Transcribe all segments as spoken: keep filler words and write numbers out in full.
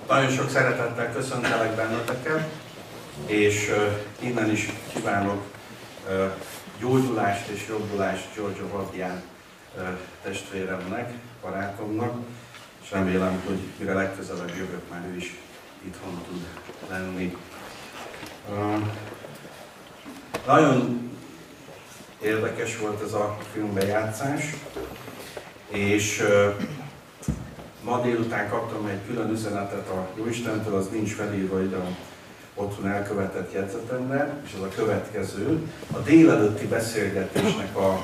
Nagyon sok szeretettel köszöntelek benneteket, és uh, innen is kívánok uh, gyógyulást és jobbulást Giorgio Fabián uh, testvéremnek, barátomnak, és remélem, hogy mire legközelebb jövök, már ő is itthon tud lenni. Uh, nagyon érdekes volt ez a filmbejátszás, és uh, ma délután kaptam egy külön üzenetet a Jóistentől, az nincs felírva ide a otthon elkövetett jegyzetemre, és az a következő. A délelőtti beszélgetésnek a,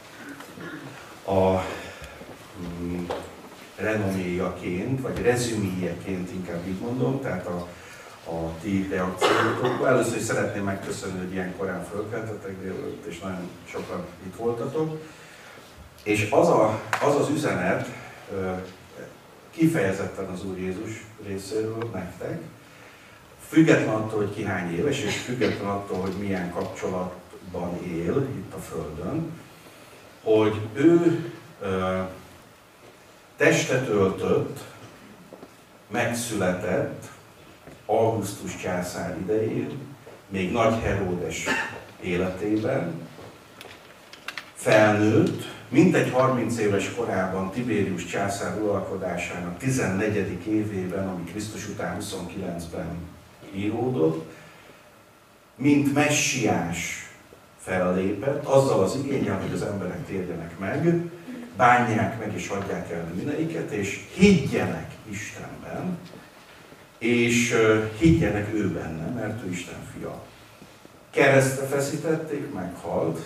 a mm, renoméjaként, vagy rezüméjeként inkább így mondom, tehát a, a ti reakciótokból. Először is szeretném megköszönni, hogy ilyen korán fölkeltetek délelőtt, és nagyon sokan itt voltatok. És az a, az, az üzenet, kifejezetten az Úr Jézus részéről nektek, független attól, hogy ki hány éves, és független attól, hogy milyen kapcsolatban él itt a Földön, hogy ő ö, testet öltött, megszületett Augustus császár idején, még Nagy Heródes életében, felnőtt, mintegy harminc éves korában Tibérius császár uralkodásának tizennegyedik évében, ami Krisztus után huszonkilencben íródott, mint messiás fellépett, azzal az igénnyel, hogy az emberek térjenek meg, bánják meg és adják el bűneiket, és higgyenek Istenben, és higgyenek ő benne, mert ő Isten fia. Keresztre feszítették, meghalt,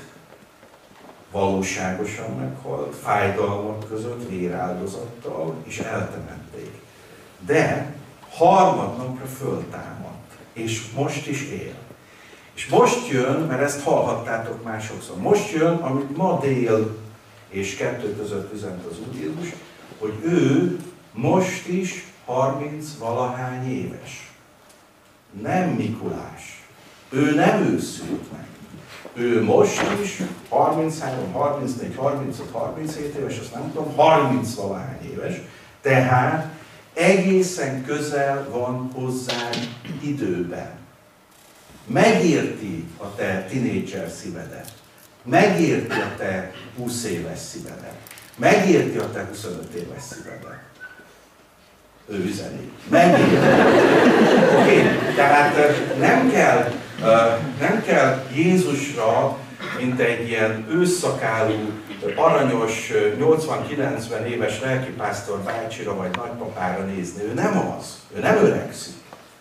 valóságosan meghalt, fájdalmak között, véráldozattal, és eltemették. De harmadnapra föltámadt, és most is él. És most jön, mert ezt hallhattátok már sokszor, most jön, amit ma dél és kettő között üzent az Úr Jézus, hogy ő most is harminc valahány éves. Nem Mikulás. Ő nem ő szült meg. Ő most is harminchárom, harmincnégy, harmincöt, harminchét éves, azt nem tudom, harminc valahány éves, tehát egészen közel van hozzánk időben. Megérti a te tinédzser szívedet, megérti a te húsz éves szívedet, megérti a te huszonöt éves szívedet. Ő üzeni. Megérti. Oké, okay. Tehát nem kell, nem kell Jézusra, mint egy ilyen ősszakálú, aranyos, nyolcvan-kilencven éves lelkipásztor bácsira vagy nagypapára nézni. Ő nem az. Ő nem öregszik.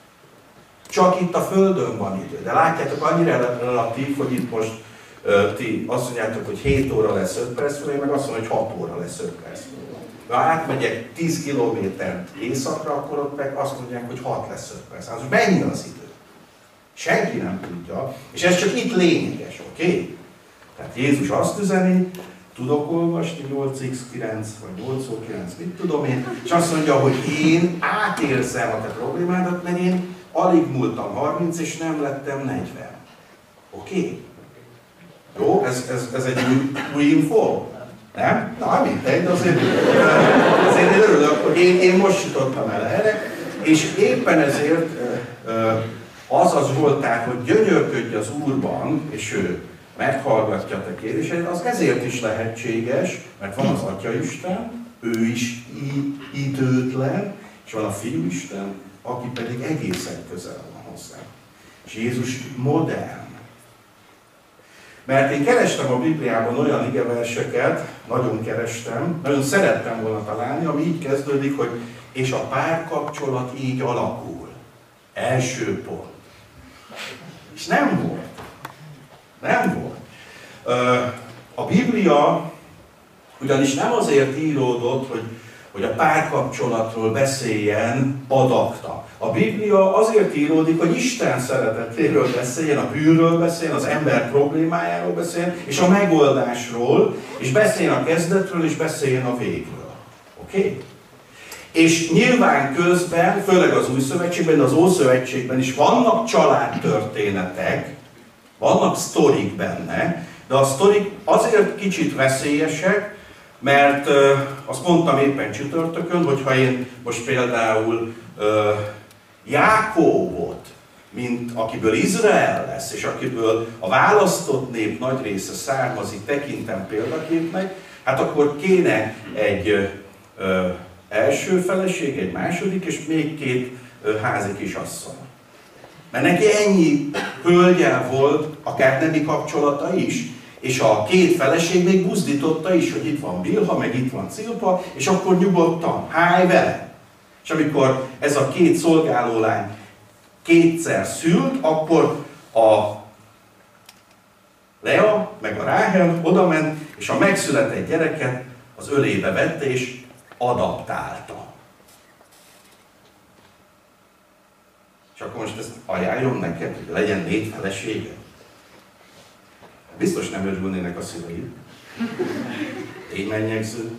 Csak itt a Földön van idő. De látjátok, annyira relatív, hogy itt most uh, ti azt mondjátok, hogy hét óra lesz öt perc múlva, én meg azt mondom, hogy hat óra lesz öt perc múlva. Ha átmegyek tíz kilométert északra, akkor ott meg azt mondják, hogy hat lesz öt perc. Az mennyi az idő? Senki nem tudja, és ez csak itt lényeges, oké? Okay? Tehát Jézus azt üzeni, tudok olvasni nyolc x kilenc, vagy nyolc x kilenc, mit tudom én, és azt mondja, hogy én átérzem a te problémádat, mert én alig múltam harminc, és nem lettem negyven. Oké? Okay? Jó? Ez, ez, ez egy új, új info? Nem? Na, mindegy, de azért, azért én örülök, hogy én, én most jutottam el erre, és éppen ezért az az voltál, hogy gyönyörködj az Úrban, és ő meghallgatja a te kérésed, az ezért is lehetséges, mert van az Atyaisten, ő is időtlen, és van a Fiúisten, aki pedig egészen közel van hozzá. És Jézus modern. Mert én kerestem a Bibliában olyan igeverseket, nagyon kerestem, nagyon szerettem volna találni, ami így kezdődik, hogy és a párkapcsolat így alakul. Első pont. És nem volt. Nem volt. A Biblia ugyanis nem azért íródott, hogy, hogy a párkapcsolatról beszéljen adakta. A Biblia azért íródik, hogy Isten szeretetéről beszéljen, a bűnről beszéljen, az ember problémájáról beszéljen, és a megoldásról, és beszéljen a kezdetről, és beszéljen a végről. Oké? Okay? És nyilván közben, főleg az Új Szövetségben, de az Ószövetségben is vannak családtörténetek, vannak sztorik benne, de a sztorik azért kicsit veszélyesek, Mert ö, azt mondtam éppen csütörtökön, hogyha én most például ö, Jákóbot, mint akiből Izrael lesz, és akiből a választott nép nagy része származik, tekintem példaképnek, hát akkor kéne egy ö, ö, első feleség, egy második, és még két ö, házi kisasszony. Mert neki ennyi hölgyel volt, akár nemi kapcsolata is, és a két feleség még buzdította is, hogy itt van Bilha, meg itt van Cilpa, és akkor nyugodtan, háj vele. És amikor ez a két szolgálólány kétszer szült, akkor a Lea, meg a Ráhel odament, és a megszületett gyereket az ölébe vette, és adaptálta. És akkor most ezt ajánlom neked, hogy legyen négy felesége? Biztos nem örülnének a szüleid. Én mennyegző.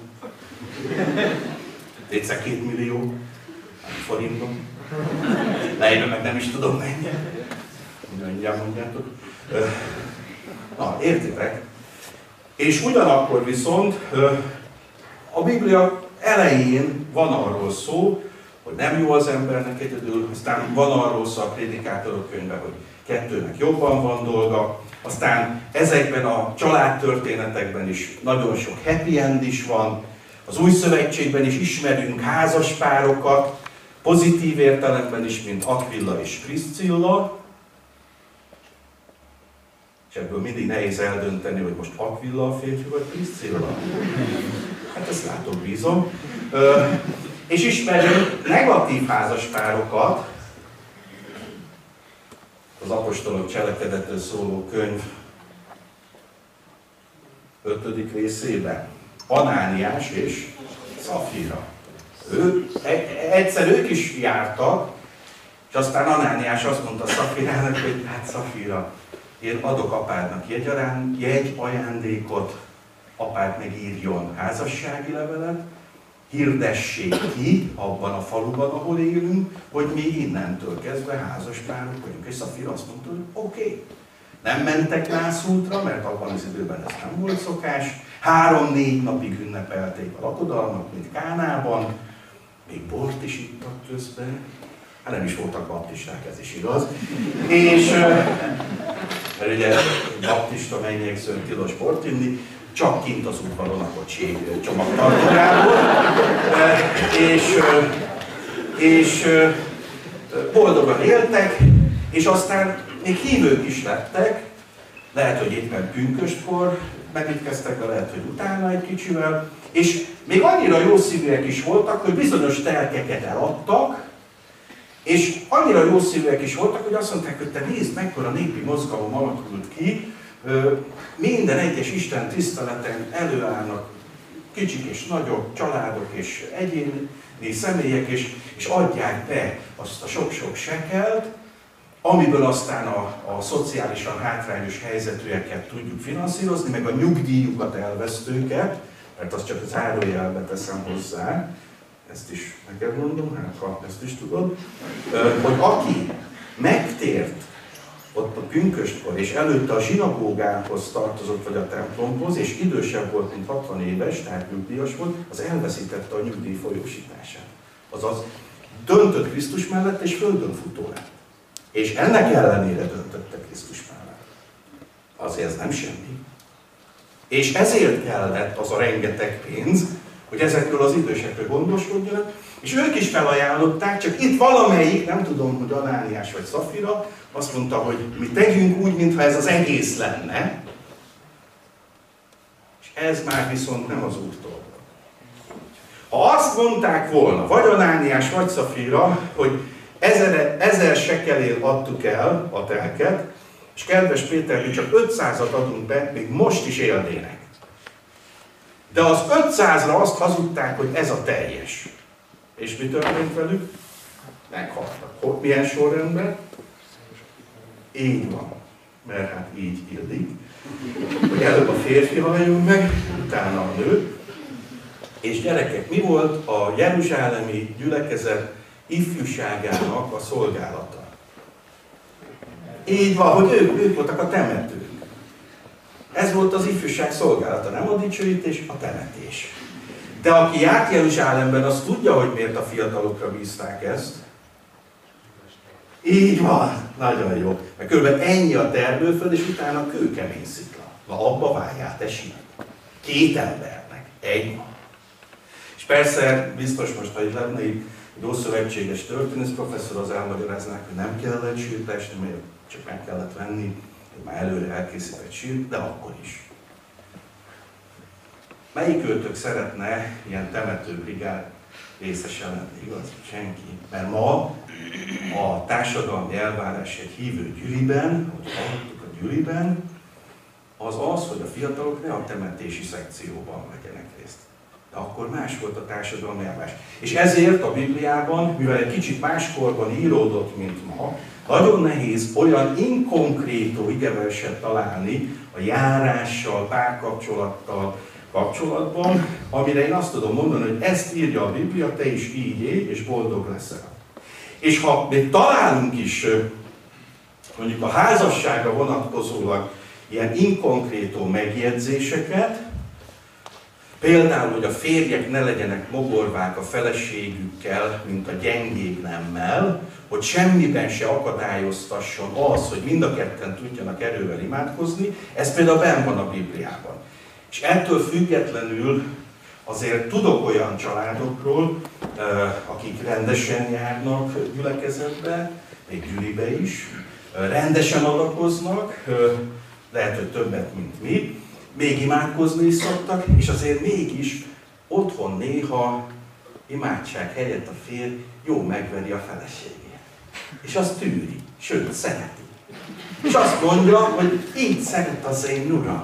Létszer két millió forintban. Lejjön meg nem is tudom mennyi. Mindjárt mondjátok. Na, értitek? És ugyanakkor viszont a Biblia elején van arról szó, hogy nem jó az embernek egyedül, aztán van arról szó a Prédikátorok könyve, hogy kettőnek jobban van dolga, aztán ezekben a családtörténetekben is nagyon sok happy end is van, az Új Szövetségben is ismerünk házaspárokat, pozitív értelemben is, mint Aquila és Priscilla, és ebből mindig nehéz eldönteni, hogy most Aquila a férfi, vagy Priscilla. Hát ezt látok, bízom. Ö, és ismerünk negatív házaspárokat, az apostolok cselekedetről szóló könyv ötödik részében. Anániás és Szafira. Ő, egyszer ők is jártak, és aztán Anániás azt mondta Szafirának, hogy hát Szafira, én adok apádnak jegyarán, jegy ajándékot, apád meg írjon házassági levelet, hirdessék ki abban a faluban, ahol élünk, hogy mi innentől kezdve házaspárok vagyunk. És Szafira azt mondta, hogy oké. Okay. Nem mentek nászútra, mert abban az időben ez nem volt szokás. Három-négy napig ünnepelték a lakodalmat, mint Kánában. Még bort is ittak közben. Hát nem is voltak baptisták, ez is igaz. És, mert ugye baptista mennyegzőn tilos bort inni, csak kint az udvaron a kocsi csomagtartójából. És, és boldogan éltek, és aztán még hívők is lettek, lehet, hogy éppen pünköstkor megítkeztek, de lehet, hogy utána egy kicsivel, és még annyira jó szívűek is voltak, hogy bizonyos telkeket eladtak, és annyira jó szívűek is voltak, hogy azt mondták, hogy te nézd, mekkora népi mozgalom alakult ki, minden egyes Isten tiszteleten előállnak kicsik és nagyobb családok és egyéni személyek, és, és adják be azt a sok-sok sekelt, amiből aztán a, a szociálisan hátrányos helyzetűeket tudjuk finanszírozni, meg a nyugdíjukat elvesztőket, mert azt csak az zárójelbe teszem hozzá, ezt is neked mondom, hát ha ezt is tudod, hogy aki megtért ott a pünköstkor, és előtte a zsinagógához tartozott, vagy a templomhoz, és idősebb volt, mint hatvan éves, tehát nyugdíjas volt, az elveszítette a nyugdíj folyósítását. Azaz döntött Krisztus mellett, és földön futó lett. És ennek ellenére döntötte Krisztus mellett. Azért ez nem semmi. És ezért kellett az a rengeteg pénz, hogy ezekről az idősekről gondoskodjanak, és ők is felajánlották, csak itt valamelyik, nem tudom, hogy Anániás vagy Szafira, azt mondta, hogy mi tegyünk úgy, mintha ez az egész lenne, és ez már viszont nem az Úrtól. Ha azt mondták volna, vagy Anániás, vagy Szafira, hogy ezer, ezer sekelért adtuk el a telket, és kedves Péter, mi csak ötszázat adunk be, még most is élnének. De az ötszázra azt hazudták, hogy ez a teljes. És mi történt velük? Meghaltak. Milyen sorrendben? Így van. Mert hát így illik. Hogy előbb a férfi haljon meg, utána a nő. És gyerekek, mi volt a jeruzsálemi gyülekezet ifjúságának a szolgálata? Így van, hogy ők, ők voltak a temetők. Ez volt az ifjúság szolgálata, nem a dicsőítés, a temetés. De aki járt Jeruzsálemben, az tudja, hogy miért a fiatalokra bízták ezt. Így van, nagyon jó. Mert körülbelül ennyi a termőföld, és utána kőkemény szikla. Na abba vágjál, te sírt. Két embernek, egy nap. És persze, biztos most, ha itt lenne egy ószövetséges történész professzor, az elmagyaráznák, hogy nem kellett sírt esni, mert csak meg kellett venni egy már előre elkészített sírt, de akkor is. Melyik őtök szeretne ilyen temetőbrigád részese lenni, igaz? Senki. Mert ma a társadalmi elvárás egy hívő gyüliben, hogy hallottuk a gyüliben, az az, hogy a fiatalok ne a temetési szekcióban vegyenek részt. De akkor más volt a társadalmi elvárás. És ezért a Bibliában, mivel egy kicsit máskorban íródott, mint ma, nagyon nehéz olyan inkonkrétó igeverset találni a járással, párkapcsolattal kapcsolatban, amire én azt tudom mondani, hogy ezt írja a Biblia, te is így élj, és boldog leszel. És ha még találunk is mondjuk a házasságra vonatkozólag ilyen inkonkrétó megjegyzéseket, például, hogy a férjek ne legyenek mogorvák a feleségükkel, mint a gyengébb nemmel, hogy semmiben se akadályoztasson az, hogy mind a ketten tudjanak erővel imádkozni, ez például benn van a Bibliában. És ettől függetlenül azért tudok olyan családokról, akik rendesen járnak gyülekezetbe, még gyülibe is, rendesen adakoznak, lehet, hogy többet, mint mi, még imádkozni is szoktak, és azért mégis otthon néha imádság helyett a férj jó megveri a feleségét. És azt tűri, sőt, szereti. És azt mondja, hogy így szeret az én uram.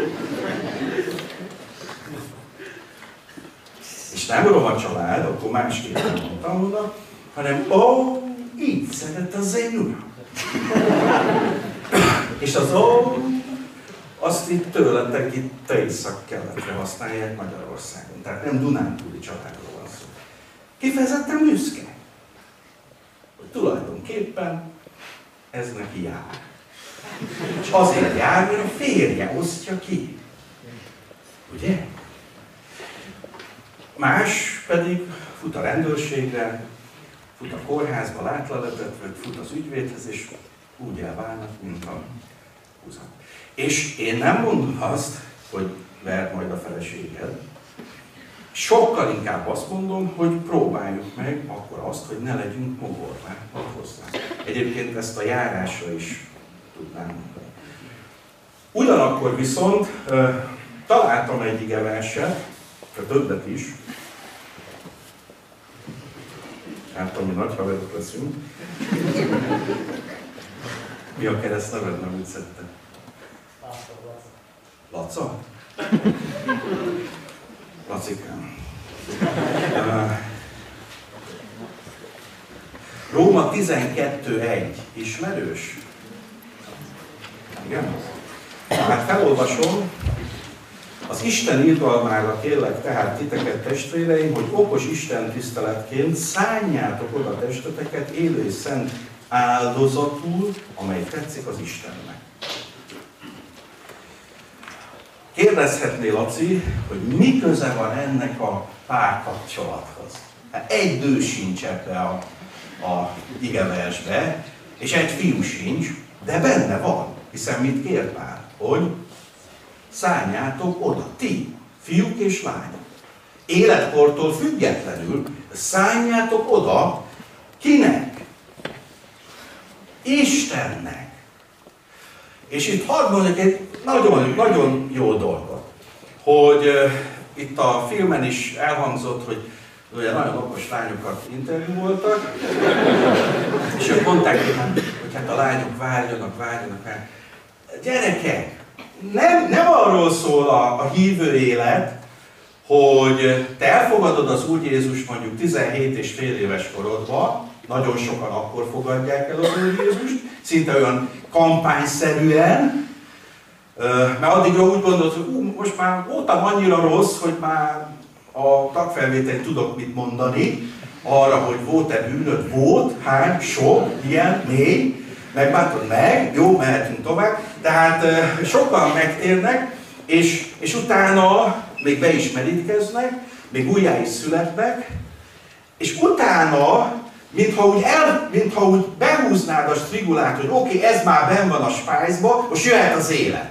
És nem roma család, akkor másképp nem mondtam volna, hanem ó, így szeret az én uram. És az ó, azt itt tőletek itt észak-keletre használják Magyarországon. Tehát nem dunántúli családról van szó. Kifejezetten büszke, hogy tulajdonképpen ez neki jár. És azért jár, mert a férje osztja ki. Ugye? Más pedig fut a rendőrségre, fut a kórházba látleletet, vagy fut az ügyvédhez, és úgy elválnak, mint a húzat. És én nem mondom azt, hogy verd majd a feleséged. Sokkal inkább azt mondom, hogy próbáljuk meg akkor azt, hogy ne legyünk mogorvák hozzá. Egyébként ezt a járásra is tudnám mondani. Ugyanakkor viszont uh, találtam egy igeverset, többet is. Látom, hogy nagy haverok leszünk. Mi a keresztneved, nem úgy szedted? Laca? Lacikám. Uh, Róma tizenkettő egy. Ismerős? Igen? Hát felolvasom. Az Isten irgalmára kérlek tehát titeket, testvéreim, hogy okos Isten tiszteletként szánjátok oda testeteket élő és szent áldozatul, amely tetszik az Istennek. Kérdezhetné, Laci, hogy mi köze van ennek a párkapcsolathoz? Hát egy nő sincs ebbe a, a igeversbe, és egy fiú sincs, de benne van, hiszen mit kér Pál? Hogy szánjátok oda, ti, fiúk és lányok. Életkortól függetlenül szánjátok oda, kinek? Istennek. És itt hadd mondjuk egy nagyon, nagyon jó dolgot, hogy uh, itt a filmen is elhangzott, hogy ugye nagyon okos lányokat interjúvoltak, és ők mondták, hogy hát, hogy hát a lányok várjanak, várjanak, várjanak. Gyerekek, nem, nem arról szól a, a hívő élet, hogy te elfogadod az Úr Jézus mondjuk tizenhét és fél éves korodban, nagyon sokan akkor fogadják el az Úr Jézust, szinte olyan kampányszerűen, mert addigra úgy gondolod, hogy ú, most már voltam annyira rossz, hogy már a tagfelvételen tudok mit mondani, arra, hogy volt-e bűnöd, volt, hány, sok, ilyen, mély, Megbántod meg, jó, mehetünk tovább. Tehát sokan megtérnek, és, és utána még be is merítkeznek, még újjá is születnek, és utána, mintha úgy, el, mintha úgy behúznád a strigulát, hogy oké, okay, ez már benn van a spájzba, most jöhet az élet.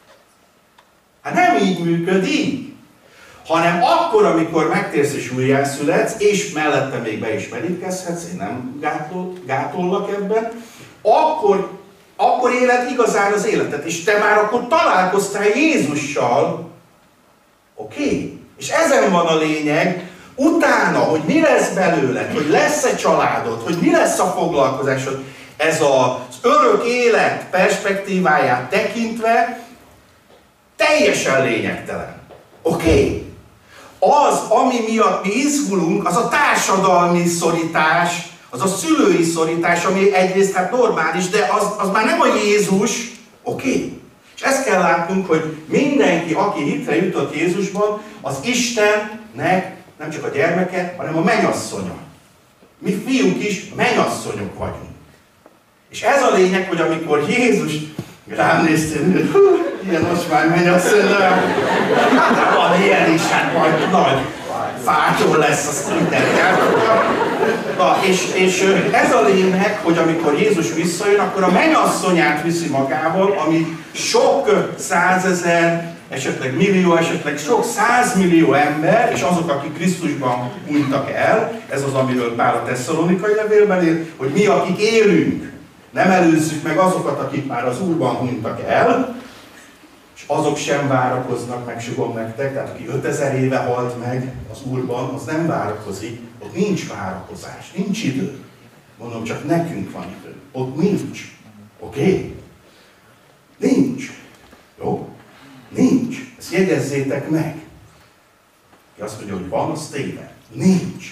Hát nem így működik, hanem akkor, amikor megtérsz és újjászületsz, és mellette még be is merítkezhetsz, én nem gátol, gátollak ebben, akkor, akkor éled igazán az életet, és te már akkor találkoztál Jézussal, oké? Okay? És ezen van a lényeg, utána, hogy mi lesz belőled, hogy lesz-e családod, hogy mi lesz a foglalkozásod, ez az örök élet perspektíváját tekintve teljesen lényegtelen. Oké? Okay? Az, ami miatt mi izgulunk, az a társadalmi szorítás, az a szülői szorítás, ami egyrészt hát normális, de az, az már nem a Jézus, oké? Okay? És ezt kell látnunk, hogy mindenki, aki hitre jutott Jézusban, az Istennek nem csak a gyermeke, hanem a mennyasszonya. Mi fiúk is mennyasszonyok vagyunk. És ez a lényeg, hogy amikor Jézus rám néztél, hogy hú, ilyen most már mennyasszony, hát van ilyen is, hát majd nagy fától lesz, azt mindent eltudja. Na, és, és ez a lényeg, hogy amikor Jézus visszajön, akkor a mennyasszonyát viszi magával, ami sok százezer, esetleg millió, esetleg sok százmillió ember, és azok, akik Krisztusban hunytak el, ez az, amiről Pál a Tesszalonikai levélben ír, hogy mi, akik élünk, nem előzzük meg azokat, akik már az Úrban hunytak el, és azok sem várakoznak, megsugom nektek, tehát aki ötezer éve halt meg az Úrban, az nem várakozik, ott nincs várakozás, nincs idő. Mondom, csak nekünk van idő. Ott nincs. Oké? Okay? Nincs. Jó? Nincs. Ezt jegyezzétek meg. Ki azt mondja, hogy van, az téved. Nincs.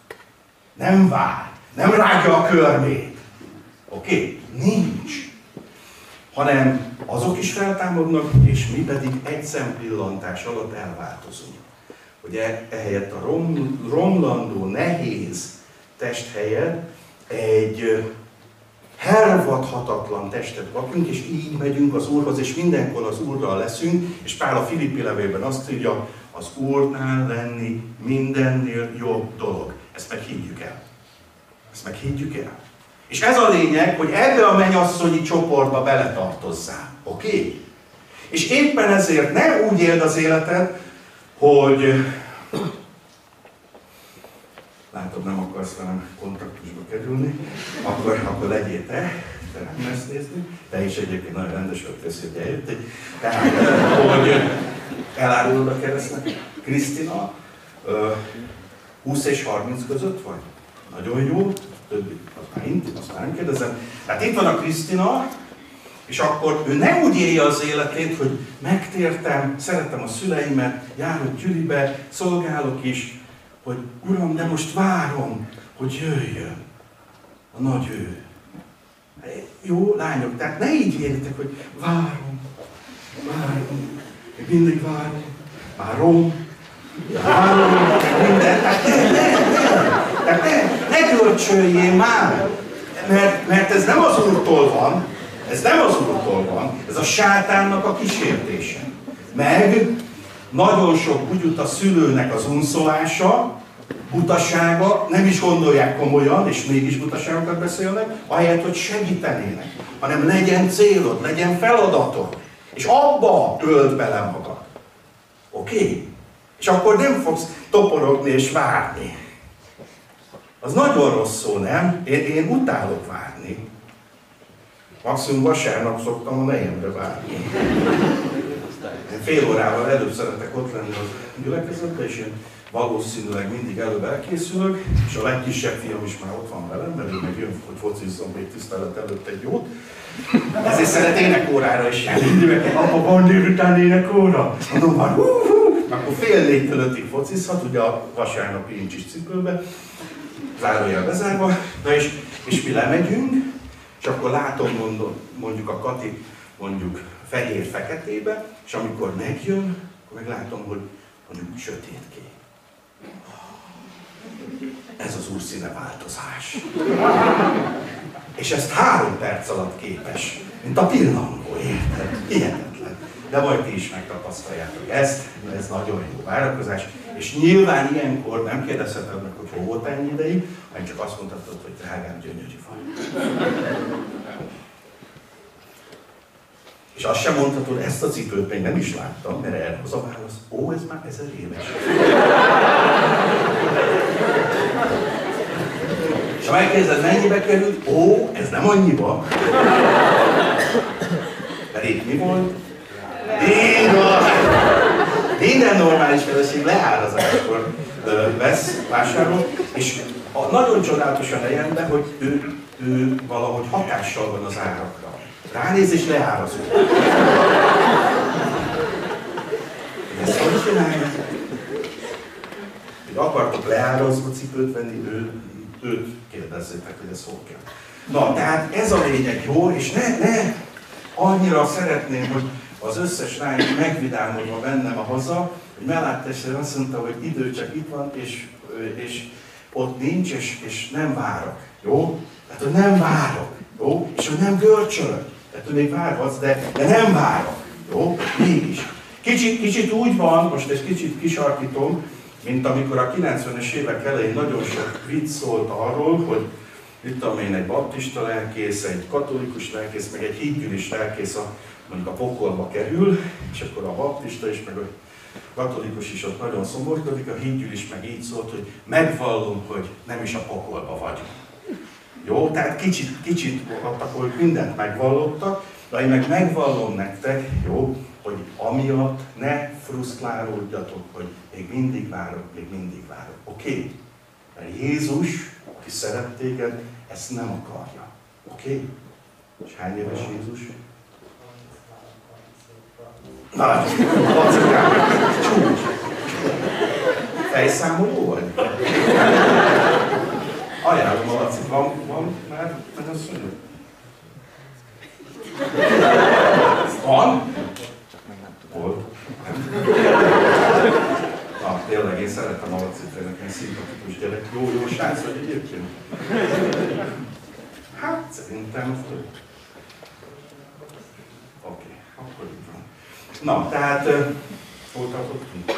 Nem vár. Nem rágja a körmét. Oké? Okay? Nincs. Hanem azok is feltámadnak, és mi pedig egy szempillantás alatt elváltozunk. Ugye ehelyett a rom, romlandó, nehéz test helyett egy hervadhatatlan testet kapjunk, és így megyünk az Úrhoz, és mindenkor az Úrral leszünk, és Pál a Filippi levélben azt írja, az Úrnál lenni mindennél jobb dolog. Ezt meg higgyük el. Ezt meg higgyük el. És ez a lényeg, hogy ebbe a mennyasszonyi csoportba beletartozzál. Oké? Okay? És éppen ezért nem úgy éld az életed, hogy látod, nem akarsz velem kontaktusba kerülni, akkor, akkor legyél te, te nem ezt nézni, te is egyébként nagyon rendes vagy, köszi, hogy eljöttél. Tehát, hogy elárulod a keresztnek. Krisztina, húsz és harminc között vagy? Nagyon jó, többi, azt már, azt már nem kérdezem. Tehát itt van a Krisztina, és akkor ő nem úgy élje az életét, hogy megtértem, szeretem a szüleimet, járok gyülibe, szolgálok is, hogy Uram, de most várom, hogy jöjjön a nagy ő. Jó, lányok, tehát ne így érjétek, hogy várom, várom, még mindig várom, várom, várom, minden. Tehát ne, ne, ne, tehát ne, ne görcsöljél már, mert, mert ez nem az Úrtól van, ez nem az Úrtól van, ez a sátánnak a kísértése. Meg nagyon sok úgy jut a szülőnek az unszolása, butasága, nem is gondolják komolyan, és mégis butaságokat beszélnek, ahelyett, hogy segítenének, hanem legyen célod, legyen feladatod, és abba öld bele magad. Oké? Okay? És akkor nem fogsz toporogni és várni. Az nagyon rossz szó, nem? Én, én utálok várni. Maximum vasárnap szoktam a nejemre várni. Én fél órával előbb szeretek ott lenni a gyülekezetben, és én valószínűleg mindig előbb elkészülök, és a legkisebb fiam is már ott van velem, mert ő meg jön, hogy focizzon még tisztelet előtt egy jót. Ezért szeret énekórára is jönni. Apa, van délután énekóra? Mondom, már hú, hú. Akkor fél négytől ötig focizhat, ugye a vasárnapi incsis cipőbe, zárójel bezárva, na és, és mi lemegyünk, és akkor látom, mondom, mondjuk a Kati, mondjuk fehér-feketébe, és amikor megjön, akkor meg látom, hogy mondjuk sötétkék. Ez az Úr színe változás. És ezt három perc alatt képes, mint a pillangó, érted? Hihetetlen. De majd ti is megtapasztaljátok ezt, ez nagyon jó várakozás. És nyilván ilyenkor nem kérdezheted meg, hogy hol volt ennyi ideig, hanem csak azt mondhatod, hogy drágám, gyönyörű vagy. És azt sem mondhatod, ezt a cipőt még nem is láttam, mert erre az a válasz, ó, ez már ezer éves. És ha megkérdezed, mennyibe került, ó, ez nem annyiba. Pedig mi volt? Így van! Minden normális feleség leárazáskor vesz, vásárol, és a, nagyon csodálatosan eljön be, hogy ő, ő valahogy hatással van az árakra. Ránéz és leárazol. Ezt hogy csinálja? Hogy akartok leárazva cipőt venni, ő, őt kérdezzétek, hogy ez hol kell. Na, tehát ez a lényeg, jó? És ne, ne annyira szeretném, hogy az összes lány megvidámodva bennem a haza, hogy Mellátesre azt mondta, hogy idő csak itt van, és, és ott nincs, és, és nem várok. Jó? Tehát, hogy nem várok. Jó? És hogy nem görcsölök. Tehát, hogy még várhatsz, de, de nem várok. Jó? Mégis. Kicsit, kicsit úgy van, most egy kicsit kisarkítom, mint amikor a kilencvenes évek elején nagyon sok vicc szólt arról, hogy itt amely egy baptista lelkész, egy katolikus lelkész, meg egy hídgyűlés lelkész a, mondjuk a pokolba kerül, és akkor a baptista is, meg a katolikus is ott nagyon szomorkodik, a hídgyűlés meg így szólt, hogy megvallom, hogy nem is a pokolba vagyok. Jó, tehát kicsit, kicsit akkor mindent megvallottak, de én meg megvallom nektek, jó, hogy amiatt ne frusztrálódjatok, hogy még mindig várok, még mindig várok. Oké? Okay? Mert Jézus, aki szeret téged, ezt nem akarja. Oké? Okay? És hány éves Jézus? Na, Lacikám, csúcs! Fejszámoló vagy? Ajánlom a Laci, van, van már mennyszülő? Van? Volt? Na, tényleg, én szeretem a Lacit, nekem szimpatikus gyerek. Jó, jó srác vagy egyébként? Hát, szerintem föl. Oké, okay, akkor így van. Na, tehát, hol tartottunk?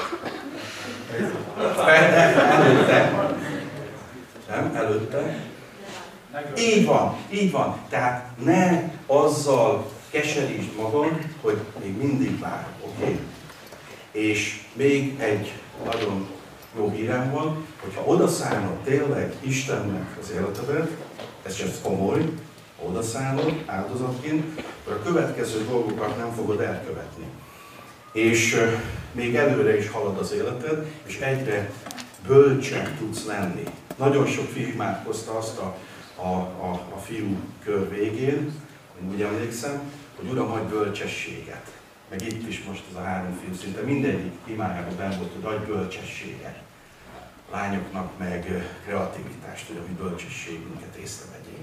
Előtte. Nem? Előtte. Így van, így van. Tehát ne azzal keserítsd magad, hogy még mindig várok, oké? Okay? És még egy nagyon jó hírem van, hogyha odaszállod tényleg Istennek az életedet, ez csak komoly, ha odaszállod áldozatként, akkor a következő dolgokat nem fogod elkövetni. És uh, még előre is halad az életed, és egyre bölcsebb tudsz lenni. Nagyon sok fiú imádkozta azt a, a, a, a fiú kör végén, én úgy emlékszem, hogy Uram, adj bölcsességet. Meg itt is most ez a három fiú szinte mindegyik imájában benn volt, hogy adj bölcsességet. A lányoknak meg kreativitást, hogy a mi bölcsességünket észrevegyék.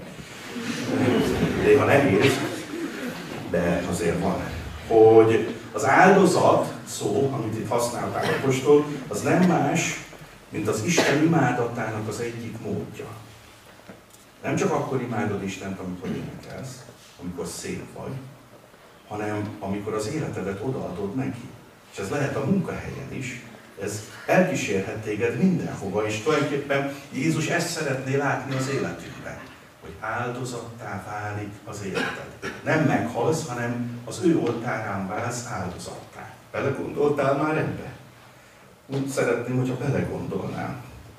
Néha nehéz, de azért van. Hogy az áldozat szó, amit itt használták a apostol, az nem más, mint az Isten imádatának az egyik módja. Nem csak akkor imádod Istent, amikor énekelsz, amikor szép vagy, hanem amikor az életedet odaadod neki. És ez lehet a munkahelyen is, ez elkísérhet téged mindenhova, és tulajdonképpen Jézus ezt szeretné látni az életünkben, hogy áldozattá válik az életed. Nem meghalsz, hanem az ő oltárán válsz áldozattá. Belegondoltál már ebbe? Úgy szeretném, hogyha belegondolnám.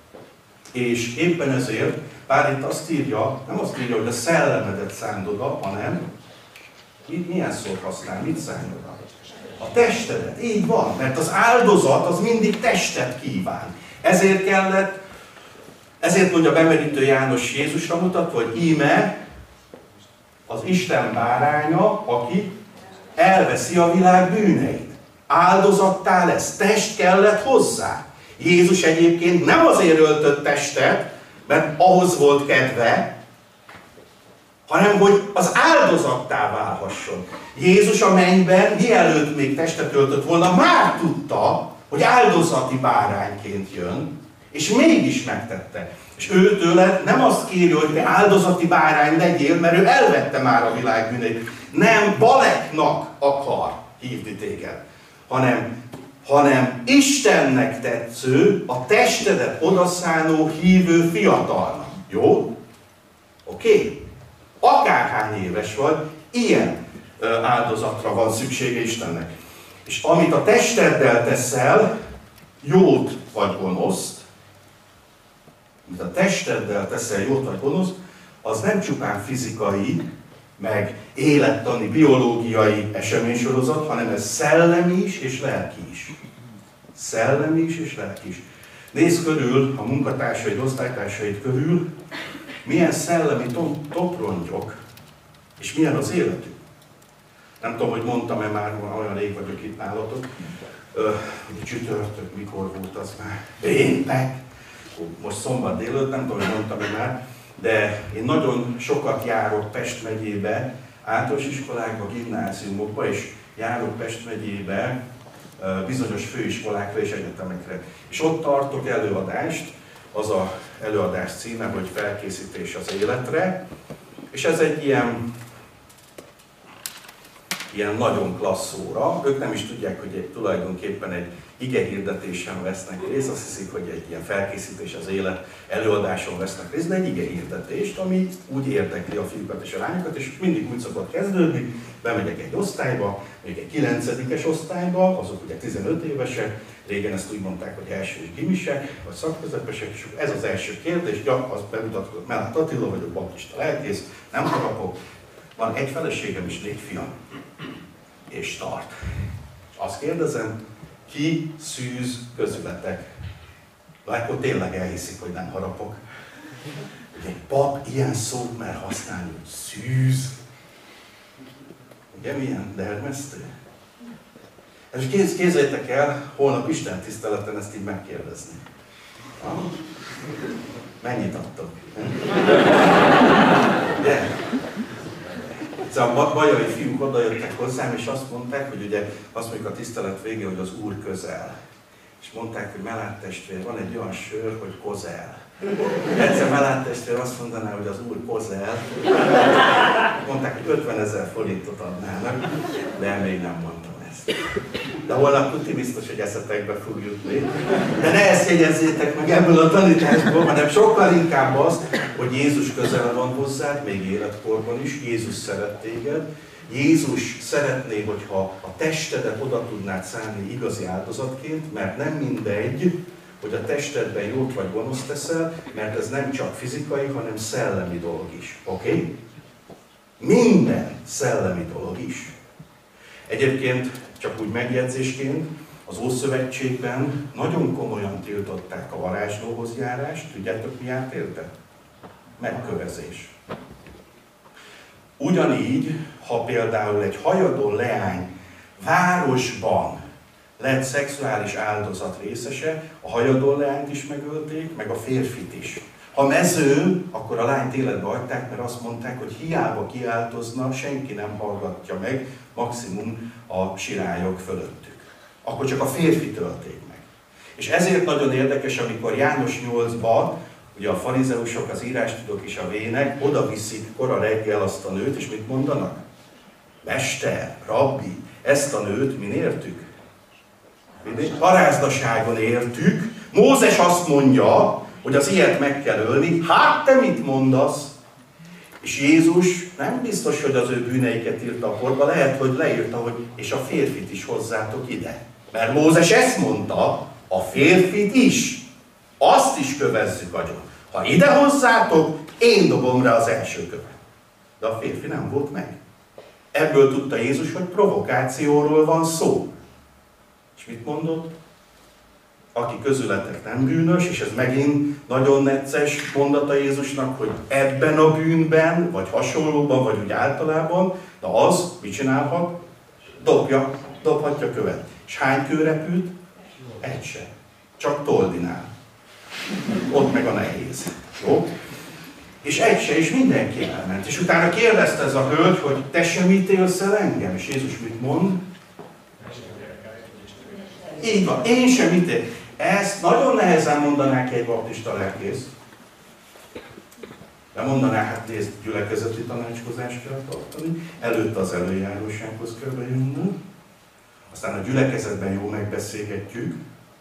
És éppen ezért Pál itt azt írja, nem azt írja, hogy a szellemedet szánd oda, hanem milyen szót használ, mit szánd oda? A testedet, így van, mert az áldozat az mindig testet kíván. Ezért kellett, ezért mondja bemerítő János Jézusra mutatva, hogy íme az Isten báránya, aki elveszi a világ bűneit. Áldozattá lesz, test kellett hozzá. Jézus egyébként nem azért öltött testet, mert ahhoz volt kedve, hanem hogy az áldozattá válhasson. Jézus a mennyben, mielőtt még testet öltött volna, már tudta, hogy áldozati bárányként jön, És mégis megtette. És ő tőle nem azt kéri, hogy te áldozati bárány legyél, mert ő elvette már a világ bűneit. Nem Baleknak akar hívni téged, hanem, hanem Istennek tetsző, a testedet odaszánó hívő fiatalnak. Jó? Oké? Okay? Akárhány éves vagy, ilyen áldozatra van szüksége Istennek. És amit a testeddel teszel, jót vagy gonoszt, amit a testeddel teszel jót vagy gonoszt, az nem csupán fizikai, meg élettani, biológiai eseménysorozat, hanem ez szellemi is és lelki is. Szellemi is és lelki is. Nézd körül a munkatársaid, osztálytársaid körül, milyen szellemi toprongyok, és milyen az életük. Nem tudom, hogy mondtam-e már, olyan rég vagyok itt nálatok, hogy csütörtök, mikor volt az már, péntek, most szombat délőtt, nem tudom, hogy mondtam-e már, de én nagyon sokat járok Pest megyébe, általános iskolákba, gimnáziumokba, és járok Pest megyébe bizonyos főiskolákra és egyetemekre. És ott tartok előadást, az az előadás címe, hogy felkészítés az életre, és ez egy ilyen, ilyen nagyon klassz óra. Ők nem is tudják, hogy egy, tulajdonképpen egy igehirdetésen vesznek részt, azt hiszik, hogy egy ilyen felkészítés az élet előadáson vesznek részt, de egy igehirdetést, ami úgy érdekli a fiúkat és a lányokat, és mindig úgy szokott kezdődni, bemegyek egy osztályba, még egy kilencedikes osztályba, azok ugye tizenöt évesek, régen ezt úgy mondták, hogy első és gimisek, vagy szakközepesek, és ez az első kérdés, gyak, az bemutatkozott, Mellett Attila vagyok, baptista lelkész, nem harapok, van egy feleségem és négy fiam, és tart. És azt kérdezem, ki szűz közületek? Akkor tényleg elhiszik, hogy nem harapok. Ugye egy pap ilyen szót mer használni, hogy szűz. Ugye milyen dermesztő? És kéz, kézzétek el, holnap Isten tiszteleten ezt így megkérdezni. Ah, mennyit adtok? Ugye? A bajai fiúk oda jöttek hozzám, és azt mondták, hogy ugye azt mondjuk a tisztelet vége, hogy az Úr közel. És mondták, hogy Melát testvér, van egy olyan sör, hogy kozel. Egyszer Melát testvér azt mondaná, hogy az Úr kozel. Mondták, hogy ötvenezer forintot adnának, de még nem mondtam ezt. De holnap tuti biztos, hogy eszetekbe fog jutni. De ne ezt jegyezzétek meg ebből a tanításból, hanem sokkal inkább azt, hogy Jézus közel van hozzád, még életkorban is, Jézus szeret téged. Jézus szeretné, hogyha a testedet oda tudnád szállni igazi áldozatként, mert nem mindegy, hogy a testedben jót vagy gonoszt teszel, mert ez nem csak fizikai, hanem szellemi dolog is. Oké? Okay? Minden szellemi dolog is. Egyébként, csak úgy megjegyzésként, az Ószövetségben nagyon komolyan tiltották a varázslóhoz járást. Tudjátok, mi járt érte? Megkövezés. Ugyanígy, ha például egy hajadon leány városban lett szexuális áldozat részese, a hajadon leányt is megölték, meg a férfit is. Ha mezőn, akkor a lányt életbe hagyták, mert azt mondták, hogy hiába kiáltozna, senki nem hallgatja meg, maximum a sirályok fölöttük. Akkor csak a férfit ölték meg. És ezért nagyon érdekes, amikor János nyolcban, ugye a farizeusok, az írástudók és a vének oda viszik kora reggel azt a nőt, és mit mondanak? Mester, rabbi, ezt a nőt min értük? Parázdaságon értük. Mózes azt mondja, hogy az ilyet meg kell ölni. Hát te mit mondasz? És Jézus nem biztos, hogy az ő bűneiket írta a porba, lehet, hogy leírta, hogy és a férfit is hozzátok ide. Mert Mózes ezt mondta, a férfit is. Azt is kövezzük agyon. Ha ide hozzátok, én dobom rá az első követ. De a férfi nem volt meg. Ebből tudta Jézus, hogy provokációról van szó. És mit mondott? Aki közületek nem bűnös, és ez megint nagyon necces mondata Jézusnak, hogy ebben a bűnben, vagy hasonlóban, vagy úgy általában, de az mit csinálhat? Dobja, dobhatja követ. És hány kő repült? Egy se. Csak toldinál. Ott meg a nehéz. Jó? És egy se, és mindenki elment. És utána kérdezte ez a hölgy, hogy te sem ítélsz el engem? És Jézus mit mond? Így van, én sem ítél. Ezt nagyon nehezen mondaná ki egy baptista lelkész. De mondaná, hát nézd, gyülekezeti tanácskozást kell tartani, előtte az előjárósághoz kell bejönni, aztán a gyülekezetben jó megbeszélgetjük,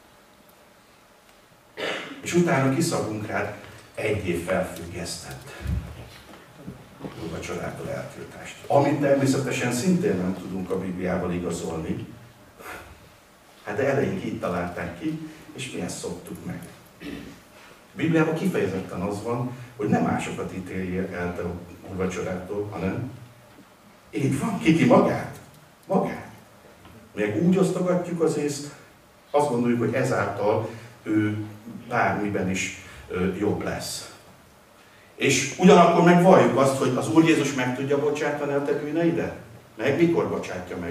és utána kiszabunk rád egy év felfüggesztett úrvacsorától eltiltást. Amit természetesen szintén nem tudunk a Bibliával igazolni, hát de eleink így találták ki, és mi ezt szoktuk meg. A Bibliában kifejezetten az van, hogy nem másokat ítélje el te úrvacsorától, hanem így van, kiki magát. Magát. Meg úgy osztogatjuk az észt, azt gondoljuk, hogy ezáltal ő bármiben is jobb lesz. És ugyanakkor meg valljuk azt, hogy az Úr Jézus meg tudja bocsátani a te bűneidet? Meg mikor bocsátja meg?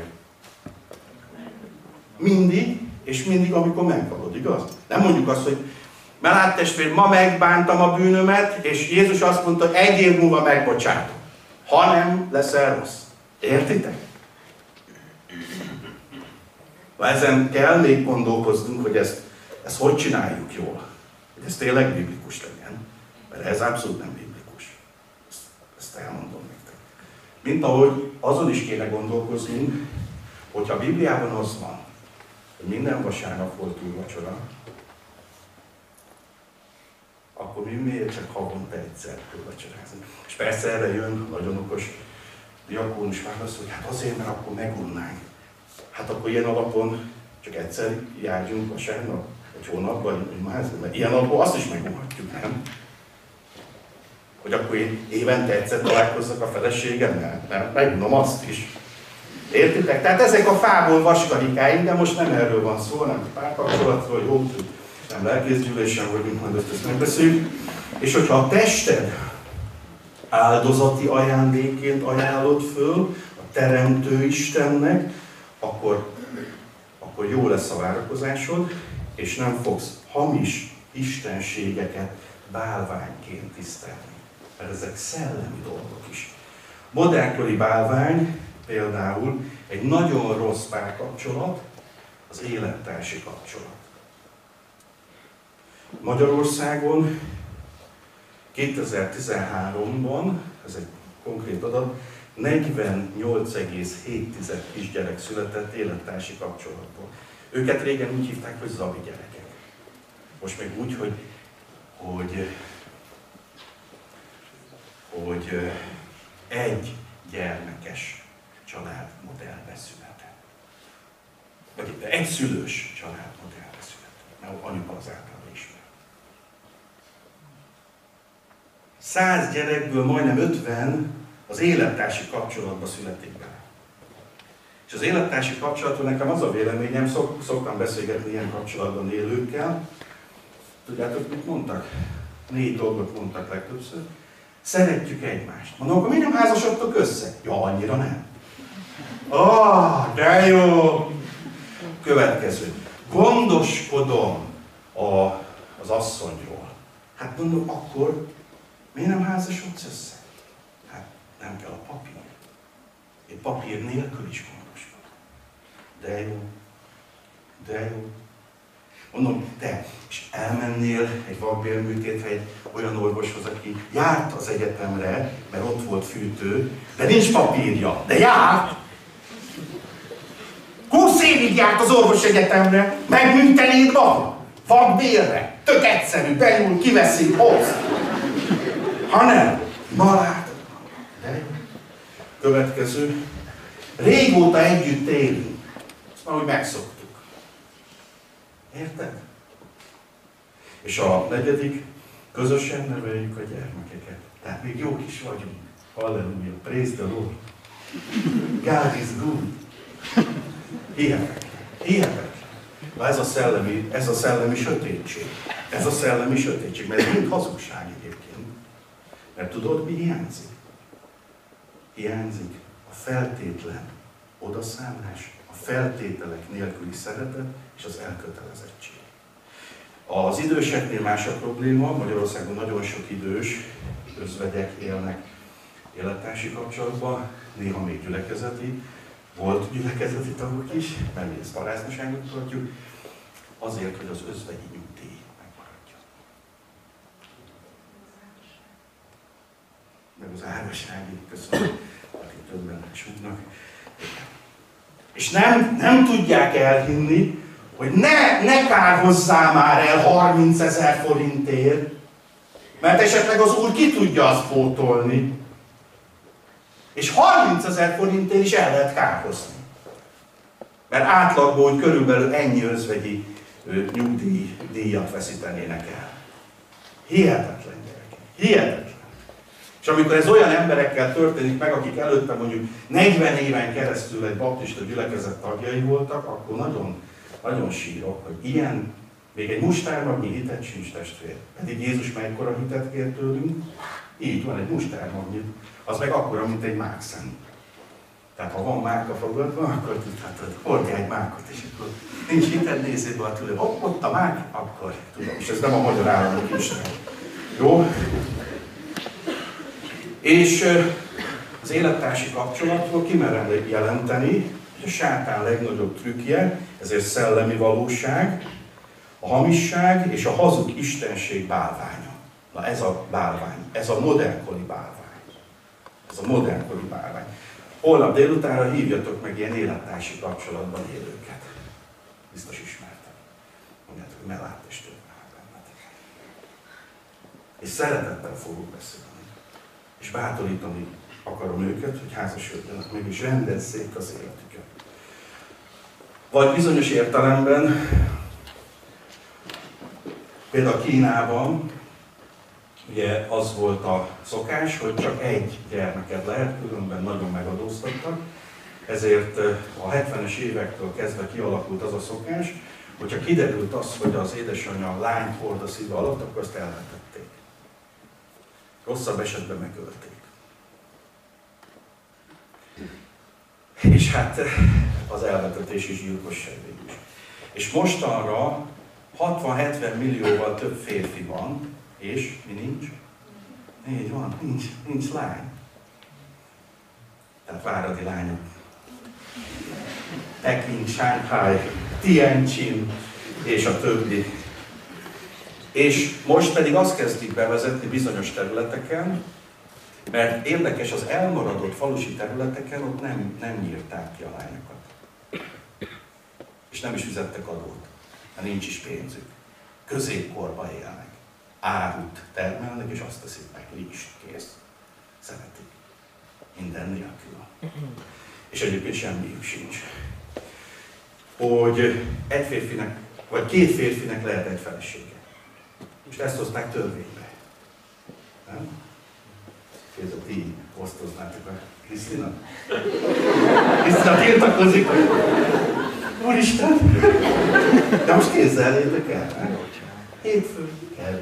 Mindig, és mindig, amikor megvalod, igaz? Nem mondjuk azt, hogy mert lát testvér, ma megbántam a bűnömet, és Jézus azt mondta, hogy egy év múlva megbocsátom. Ha nem, leszel rossz. Értitek? Ezen kell még gondolkoznunk, hogy ezt, ezt hogy csináljuk jól. Hogy ez tényleg biblikus legyen. Mert ez abszolút nem biblikus. Ezt, ezt elmondom nektek. Mint ahogy azon is kéne gondolkoznunk, hogyha a Bibliában az van, hogy minden vasárnap volt úrvacsora, akkor mi miért csak havonta egyszer úrvacsorázni. És persze erre jön nagyon okos diakónus válasz, hogy hát azért, mert akkor megunnánk. Hát akkor ilyen alapon csak egyszer járjunk vasárnap, egy hónapban, mert ilyen alapon azt is megunhatjuk, nem? Hogy akkor én évente egyszer találkozzak a feleségemmel, mert megunom azt is. Értitek? Tehát ezek a fából vaskarikáink, de most nem erről van szó, nem párkapcsolatról, jó, nem lelkészgyűlésen vagyunk, majd ezt megbeszéljük. És hogyha a tested áldozati ajándékként ajánlod föl a Teremtő Istennek, akkor, akkor jó lesz a várakozásod, és nem fogsz hamis istenségeket bálványként tisztelni. Mert ezek szellemi dolgok is. Modernkori bálvány például egy nagyon rossz párkapcsolat, az élettársi kapcsolat. Magyarországon kétezer-tizenháromban, ez egy konkrét adat, negyvennyolc egész hét kisgyerek született élettársi kapcsolatból. Őket régen úgy hívták, hogy zavi gyerekek. Most meg úgy, hogy, hogy, hogy egy gyermekes családmodellbe született. Vagy egy szülős családmodellbe született. Mert anyuka az általában ismer. Száz gyerekből majdnem ötven az élettársi kapcsolatba születik bele. És az élettársi kapcsolatról nekem az a véleményem, szok, szoktam beszélgetni ilyen kapcsolatban élőkkel. Tudjátok, mit mondtak? Négy dolgot mondtak legtöbbször. Szeretjük egymást. Mondom, akkor miért nem házasodtok össze? Ja, annyira nem. Ah, de jó! Következő. Gondoskodom a, az asszonyról. Hát mondom, akkor miért nem házasodsz össze? Hát nem kell a papír. Én papír nélkül is gondoskodom. De jó. De jó. Mondom, te, és elmennél egy vakbélműtétre egy olyan orvoshoz, aki járt az egyetemre, mert ott volt fűtő, de nincs papírja, de járt. húsz évig járt az orvos egyetemre, megműtenéd magad, vakbélre, tök egyszerű, benyúl, kiveszi, hoz. Ha nem, na látod. De jó. Következő. Régóta együtt élünk. Ezt már úgy megszoktuk. Érted? És a negyedik, közösen neveljük a gyermekeket. Tehát még jók is vagyunk. Halleluja, praise the Lord. God is good. Hihetetlen. Hihetetlen. Na ez a szellemi, ez a szellemi sötétség. Ez a szellemi sötétség, mert ez mind hazugság egyébként. Mert tudod, mi hiányzik? Hiányzik a feltétlen odaszállás, a feltételek nélküli szeretet és az elkötelezettség. Az időseknél más a probléma, Magyarországon nagyon sok idős özvegyek élnek élettársi kapcsolatban, néha még gyülekezeti, volt gyülekezeti tagok is, mert mi ezt paráznaságot tartjuk, azért, hogy az özvegyi nyugdíj megmaradjon. Meg az házassági, köszönöm, akik többen súgnak. És nem, nem tudják elhinni, hogy ne, ne kárhozzá már el harmincezer forintért, mert esetleg az Úr ki tudja azt pótolni. És harmincezer forintért is el lehet kárhozni. Mert átlagból, hogy körülbelül ennyi özvegyi nyugdíj díjat veszítenének el. Hihetetlen, gyerekek. Hihetetlen. És amikor ez olyan emberekkel történik meg, akik előtte mondjuk negyven éven keresztül egy baptista gyülekezet tagjai voltak, akkor nagyon, nagyon sírok, hogy ilyen, még egy mustármagnyi hitet sincs, testvér. Pedig Jézus mekkora hitet kér tőlünk? Így van, egy mustármagnyi. Az meg akkora, mint egy mákszem. Tehát ha van márka fogadva, akkor tudhatod, hordjál egy mákot, és akkor nincs hited, nézzél be a tőle, hopp, ott a mák, akkor tudom. És ez nem a magyar államok Isten. Jó? És az élettársi kapcsolatról kimerem jelenteni, hogy a sátán legnagyobb trükkje, ezért szellemi valóság, a hamisság és a hazug istenség bálványa. Na ez a bálvány, ez a modernkori bálvány. Ez a modernkori bálvány. Holnap délutánra hívjatok meg ilyen élettársi kapcsolatban élőket. Biztos ismertek. Mondjátok, hogy mellát és több bennetek. És szeretettel fogok beszélni. És bátorítani akarom őket, hogy házasodjanak meg, és rendezzék az életüket. Vagy bizonyos értelemben, például Kínában, ugye az volt a szokás, hogy csak egy gyermeked lehet, különben nagyon megadóztattak. Ezért a hetvenes évektől kezdve kialakult az a szokás, hogyha kiderült az, hogy az édesanyja lányt hord a szíve alatt, akkor azt elvetették. Rosszabb esetben megölték. És hát az elvetetés is gyilkosság végül is. És mostanra hatvan-hetven millióval több férfi van, és mi nincs? Így van, nincs, nincs lány. Tehát váradi lányok. Peking, Shanghai, Tianjin és a többi. És most pedig azt kezdik bevezetni bizonyos területeken, mert érdekes, az elmaradott falusi területeken ott nem, nem nyírták ki a lányokat. És nem is fizettek adót, mert nincs is pénzük. Középkorban élnek. Árut termelnek, és azt teszik meg, list, kész. Szeretik. Minden nélkül. És egyébként semmiük sincs. Hogy egy férfinek, vagy két férfinek lehet egy felesége. Most ezt hozták törvénybe. Nem? Kézzel ti osztoznátok a Krisztina? Krisztina tiltakozik, hogy Úristen! De most kézzel léptek el, nem? Hétfő kell.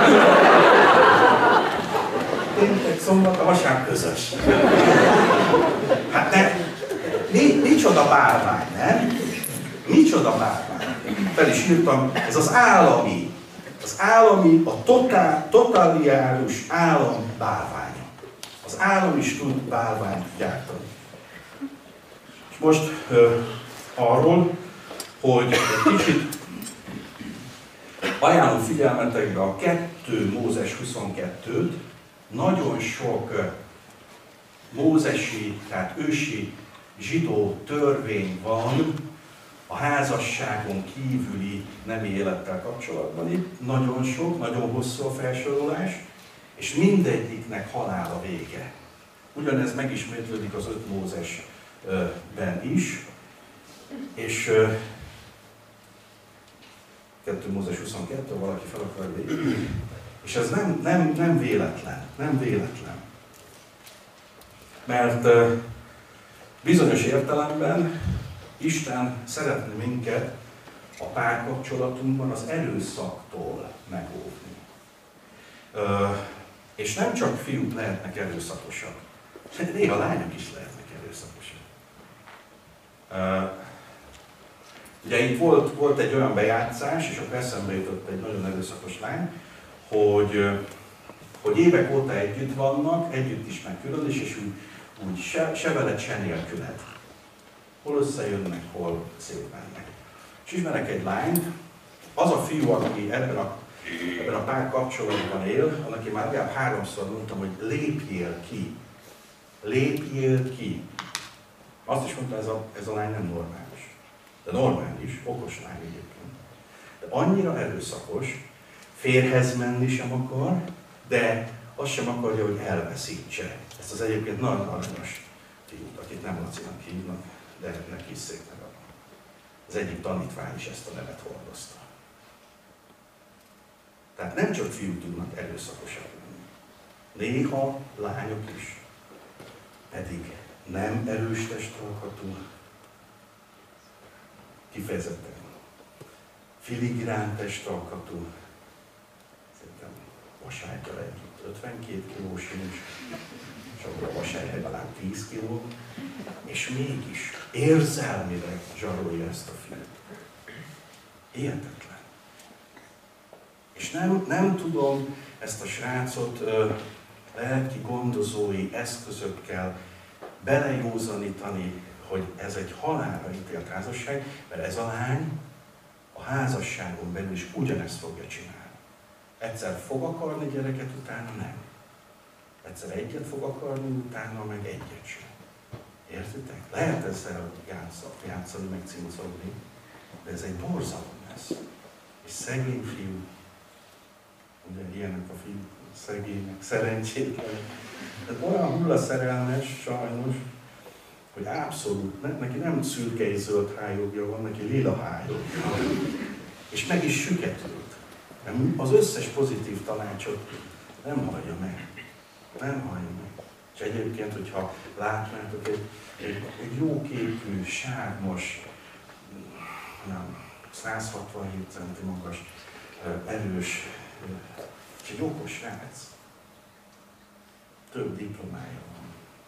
Péntek, szombat, a vasárnap közös. Hát ne, mi, micsoda bálvány, nem? Micsoda bálvány. Fel is írtam, ez az állami, az állami, a totál, totaliárus állam bálványa. Az állam is tud bálványt gyártani. És most ö, arról, hogy egy kicsit ajánlom figyelmetekbe a kettő Mózes huszonkettőt, nagyon sok mózesi, tehát ősi zsidó törvény van a házasságon kívüli nemi élettel kapcsolatban itt. Nagyon sok, nagyon hosszú a felsorolás, és mindegyiknek halál a vége. Ugyanez megismétlődik az öt Mózesben is, és kettő Mózes huszonkettő, valaki fel akar végig. És ez nem, nem, nem véletlen, nem véletlen. Mert bizonyos értelemben Isten szeretne minket a párkapcsolatunkban az erőszaktól megóvni. És nem csak fiúk lehetnek erőszakosak, néha lányok is lehetnek erőszakosak. Ugye itt volt, volt egy olyan bejátszás, és akkor eszembe jutott egy nagyon erőszakos lány, hogy, hogy évek óta együtt vannak, együtt is meg külön is, és úgy, úgy se, se veled, se nélküled. Hol összejönnek, hol szétmennek. És ismerek egy lányt, az a fiú, aki ebben a, ebben a pár kapcsolatban él, annak én már legalább háromszor mondtam, hogy lépjél ki. Lépjél ki. Azt is mondta, ez a, ez a lány nem normális. De normális, okos lány egyébként. De annyira erőszakos, férhez menni sem akar, de azt sem akarja, hogy elveszítse. Ezt az egyébként nagyon aranyos fiút, akit nem Lacinak hívnak, de neki is szép neve van. Az egyik tanítvány is ezt a nevet hordozta. Tehát nem csak fiúk tudnak erőszakosak lenni. Néha lányok is. Pedig nem erős testalkatú, kifejezetten filigrán testalkatú, szerintem vaságyal együtt ötvenkét kiló sincs, és akkor a vaságy legalább tíz kiló, és mégis érzelmileg zsarolja ezt a fiút. Hihetetlen. És nem, nem tudom ezt a srácot ö, lelki gondozói eszközökkel belejózanítani, hogy ez egy halálra ítélt házasság, mert ez a lány a házasságon belül is ugyanezt fogja csinálni. Egyszer fog akarni gyereket, utána nem. Egyszer egyet fog akarni, utána meg egyet sem. Értitek? Lehet ezzel játszani, meg cincogni, de ez egy borzalom lesz. És szegény fiú, ugye ilyenek a fiúk, szegények, szerencsétlenek. Tehát olyan hullaszerelmes sajnos, hogy abszolút, ne, neki nem szürke és zöld hályogja van, neki lila hályogja. És meg is süketült. Az összes pozitív tanácsot nem hallja meg. Nem hallja meg. És egyébként, hogyha látnátok egy, egy, egy jóképű, sármos, nem, száz hatvanhét centi magas, erős, és egy okos srác. Több diplomája van.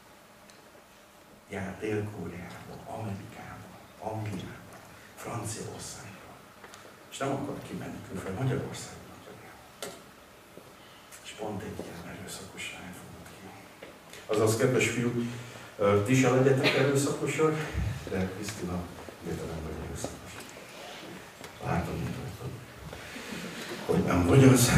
Jár Dél-Koreában, Amerikában, Angliában, Franciaországban. És nem akar kimenni külföldre, Magyarországon akar. És pont egy ilyen erőszakos lány fognak ki. Azaz, kedves fiúk, ti se legyetek erőszakosak, de Krisztina egyáltalán vagy erőszakos. Látom, mint vagytok, hogy nem vagy az.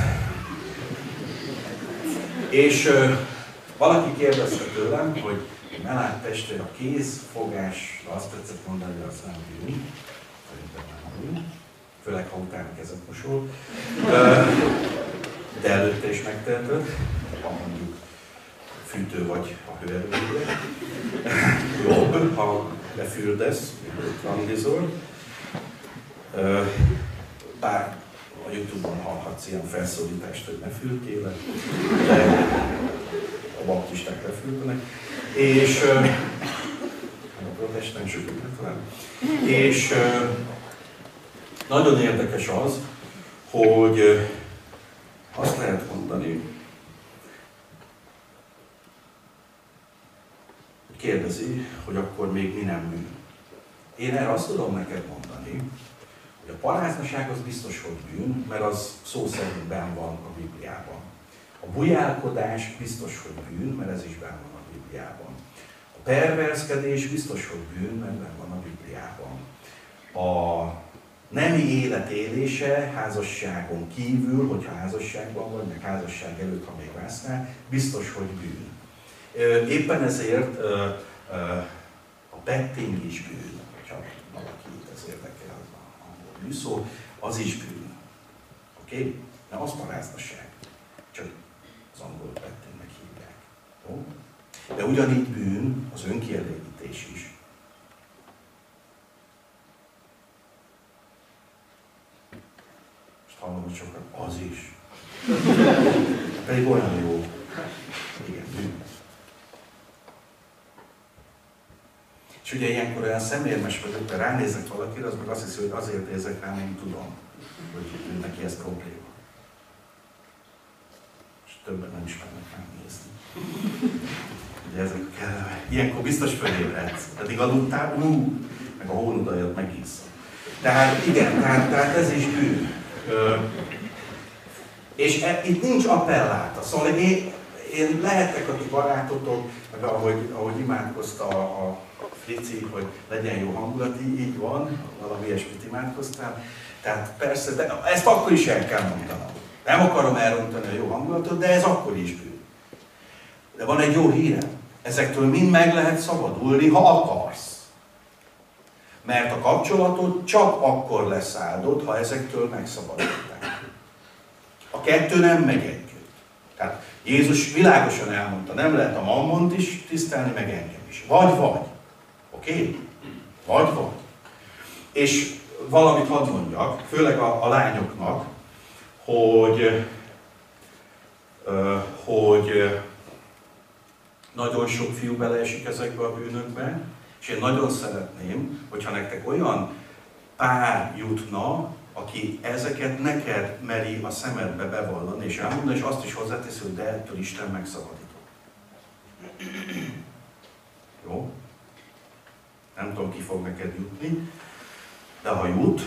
És uh, valaki kérdezte tőlem, hogy Melád testvér, a kézfogás, azt tetszett mondani, hogy az nem bűn. Szerintem nem bűn. Főleg, ha utána kezet mosol. De előtte is megteheted, ha mondjuk fűtő vagy a hőerőműve. Jobb, ha lefürdesz, randizol. Bár a Youtube-on hallhatsz ilyen felszólítást, hogy ne fürdjél le, de a baptisták lefürdenek. És a protestánsok talán. És nagyon érdekes az, hogy azt lehet mondani, kérdezi, hogy akkor még mi nem bűn. Én erre azt tudom neked mondani, hogy a paráznaság az biztos, hogy bűn, mert az szó szerint benn van a Bibliában. A bujálkodás biztos, hogy bűn, mert ez is benn van a Bibliában. A perverzkedés biztos, hogy bűn, mert benn van a Bibliában. A nemi élet élése házasságon kívül, hogyha házasságban vagy, meg házasság előtt, ha még vásznál, biztos, hogy bűn. Éppen ezért a petting is bűn, hogyha valaki ez érdekel, az angol műszó, az is bűn. Oké? Okay? Nem az paráznaság, csak az angol pettingnek hívják. Jó? De ugyanígy bűn az önkielégítés is. Most hallom, hogy sokan, az is. Pedig olyan jó. Igen, bűn. És ugye ilyenkor olyan szemérmes vagyok, mert ránézek valakire, az meg azt hiszi, hogy azért nézek rá, nem tudom, hogy neki ez probléma. És többen nem ismernek rám nézni. Ugye ezek kell, ilyenkor biztos fölébredsz, pedig aludtál, ú, meg a hónudajat megissza. Tehát igen, tehát, tehát ez is bűn. Ö, és e, itt nincs appelláta, szóval én, én lehetek a ti barátotok, meg ahogy, ahogy imádkozta a, a Frici, hogy legyen jó hangulat, így van, valami ilyesmit imádkoztál. Tehát persze, de ezt akkor is el kell mondanom. Nem akarom elrontani a jó hangulatot, de ez akkor is bűn. De van egy jó hírem. Ezektől mind meg lehet szabadulni, ha akarsz. Mert a kapcsolatod csak akkor lesz áldott, ha ezektől megszabadultál. A kettő nem megy együtt. Tehát Jézus világosan elmondta, nem lehet a mammont is tisztelni, meg engem is. Vagy vagy. Oké? Okay? Vagy vagy. És valamit hadd mondjak, főleg a, a lányoknak, hogy, hogy nagyon sok fiú beleesik ezekbe a bűnökbe, és én nagyon szeretném, hogyha nektek olyan pár jutna, aki ezeket neked meri a szemedbe bevallani, és elmondani, és azt is hozzáteszi, hogy de ettől Isten megszabadított. Jó? Nem tudom, ki fog neked jutni, de ha jut,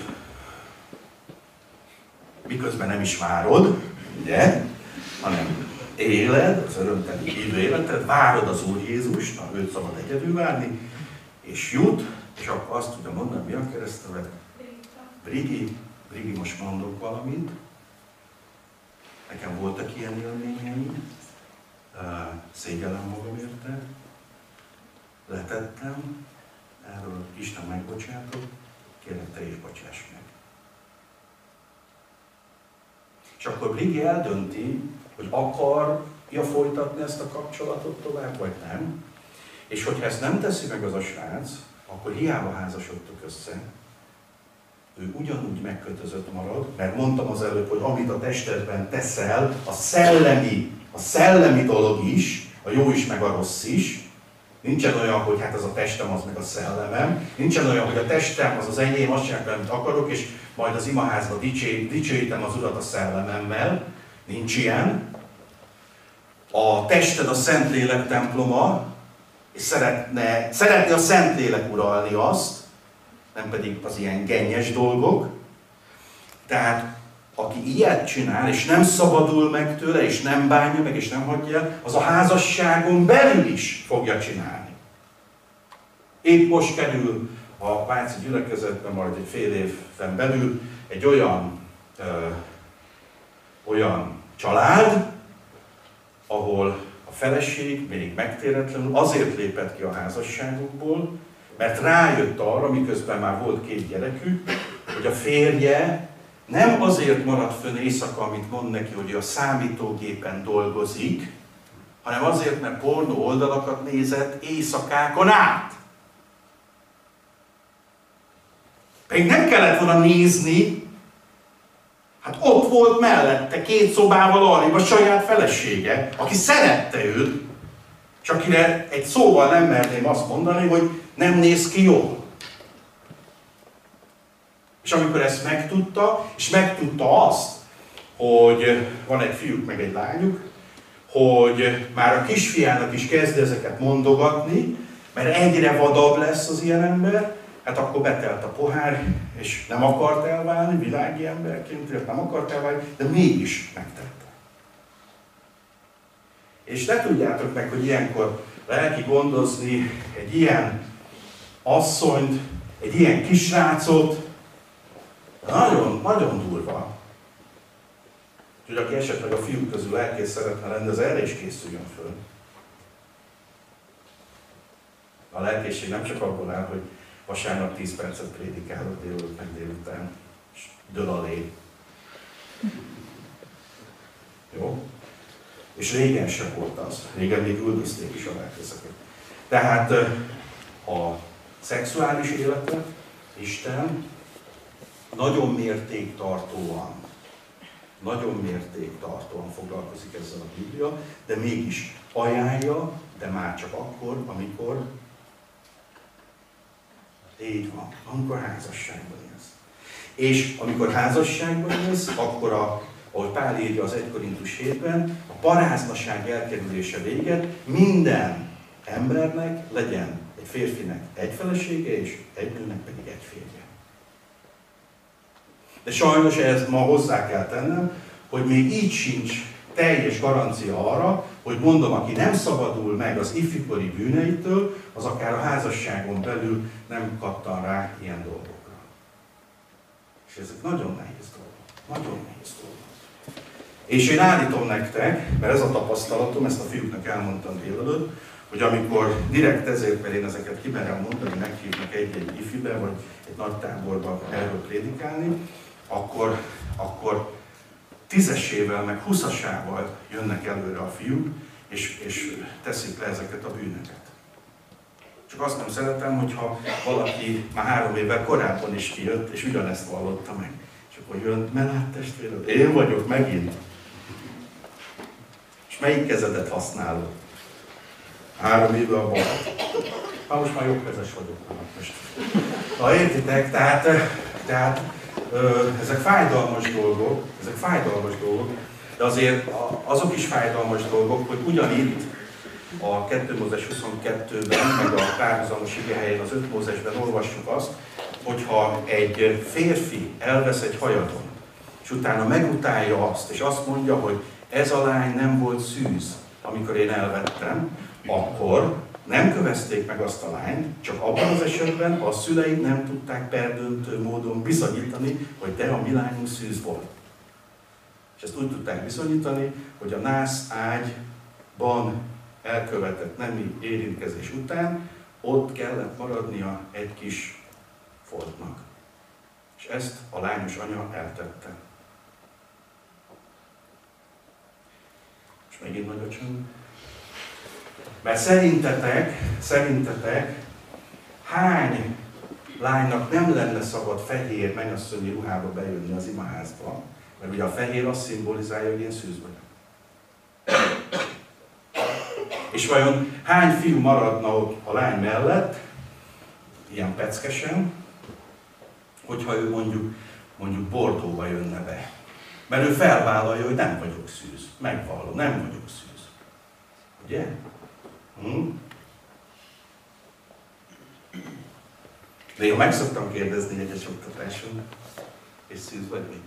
miközben nem is várod, ugye, hanem éled, az örömteli hívő életed, várod az Úr Jézust, na, őt szabad egyedül várni, és jut, és akkor azt tudja mondani, mi a keresztneved? Brigi. Brigi, most mondok valamit. Nekem voltak ilyen élményeim, szégyellem magam érte, letettem, erről Isten megbocsátott, kérlek, te is bocsáss meg. És akkor Brigi eldönti, hogy akarja folytatni ezt a kapcsolatot tovább, vagy nem. És hogyha ezt nem teszi meg az a srác, akkor hiába házasodtok össze, ő ugyanúgy megkötözött marad, mert mondtam az előbb, hogy amit a testedben teszel, a szellemi, a szellemi dolog is, a jó is, meg a rossz is. Nincsen olyan, hogy hát az a testem, az meg a szellemem. Nincsen olyan, hogy a testem, az az enyém, azt csinálok, amit akarok, és majd az imaházba dicsé, dicsőítem az Urat a szellememmel. Nincs ilyen. A tested a Szentlélek temploma, és szeretne, szeretne a Szentlélek uralni azt, nem pedig az ilyen gennyes dolgok. Tehát aki ilyet csinál, és nem szabadul meg tőle, és nem bánja meg, és nem hagyja el, az a házasságon belül is fogja csinálni. Épp most kerül a Váci gyülekezetben, majd egy fél évben belül egy olyan, ö, olyan család, ahol a feleség még megtéretlenül azért lépett ki a házasságukból, mert rájött arra, miközben már volt két gyerekük, hogy a férje nem azért maradt fönn éjszaka, amit mond neki, hogy ő a számítógépen dolgozik, hanem azért, mert pornó oldalakat nézett éjszakákon át. Pedig nem kellett volna nézni, hát ott volt mellette két szobával arrébb a saját felesége, aki szerette őt, és akire egy szóval nem merném azt mondani, hogy nem néz ki jól. És amikor ezt megtudta, és megtudta azt, hogy van egy fiúk meg egy lányuk, hogy már a kisfiának is kezd ezeket mondogatni, mert egyre vadabb lesz az ilyen ember, hát akkor betelt a pohár, és nem akart elválni, világi emberként, nem akart elválni, de mégis megtette. És ne tudjátok meg, hogy ilyenkor lelki gondozni egy ilyen asszonyt, egy ilyen kisrácot, nagyon, nagyon durva. Úgyhogy aki esetleg a fiúk közül lelkész szeretne lenni, az erre is készüljön föl. A lelkészség nem csak abból áll, hogy vasárnap tíz percet prédikálok délután, meg délután, és dől a lé. Jó? És régen sem volt az. Régen még üldözték is a lelkészeket. Tehát a szexuális életet Isten nagyon mértéktartóan, nagyon mértéktartóan foglalkozik ezzel a Biblia, de mégis ajánlja, de már csak akkor, amikor így van, amikor házasságban élsz. És amikor házasságban élsz, akkor, a, ahogy Pál írja az egy Korintus hétben, a paráznaság elkerülése véget minden embernek legyen egy férfinek egy felesége, és egy nőnek pedig egy férje. De sajnos ezt ma hozzá kell tennem, hogy még így sincs teljes garancia arra, hogy mondom, aki nem szabadul meg az ifjúkori bűneitől, az akár a házasságon belül nem kattan rá ilyen dolgokra. És ezek nagyon nehéz dolgok. Nagyon nehéz dolgok. És én állítom nektek, mert ez a tapasztalatom, ezt a fiúknak elmondtam délelőtt, hogy amikor direkt ezért, mert én ezeket kimerem mondani, meghívnak egy-egy ifibe, vagy egy nagy táborba erről prédikálni, akkor, akkor tízesével, meg huszasával jönnek előre a fiúk, és, és teszik le ezeket a bűnöket. Csak azt nem szeretem, hogyha valaki már három évvel korábban is kijött, és ugyanezt vallotta meg. És akkor jön, Melát testvérem, én vagyok megint. És melyik kezedet használod? Három éve a bal. Ha most már jobbkezes vagyok. Most. Na értitek, tehát, tehát ö, ezek fájdalmas dolgok, ezek fájdalmas dolgok, de azért azok is fájdalmas dolgok, hogy ugyanitt a kettő Mózes huszonkettőben, meg a párhuzamos igehelyén, az öt Mózesben olvassuk azt, hogyha egy férfi elvesz egy hajadon, és utána megutálja azt, és azt mondja, hogy ez a lány nem volt szűz, amikor én elvettem, akkor nem kövezték meg azt a lányt, csak abban az esetben a szüleik nem tudták perdöntő módon bizonyítani, hogy de a mi lányunk szűz volt. És ezt úgy tudták bizonyítani, hogy a nász ágyban elkövetett nemi érintkezés után ott kellett maradnia egy kis foltnak. És ezt a lányos anya eltette. És megint nagy a csönd. Mert szerintetek, szerintetek hány lánynak nem lenne szabad fehér mennyasszonyi ruhába bejönni az imaházba? Mert ugye a fehér azt szimbolizálja, hogy én szűz vagyok. És vajon hány fiú maradna ott a lány mellett, ilyen peckesen, hogyha ő mondjuk, mondjuk Bordóba jönne be? Mert ő felvállalja, hogy nem vagyok szűz. Megvallom, nem vagyok szűz. Ugye? Hm? De én meg szoktam kérdezni egyes oktatáson, és szűz vagy mi?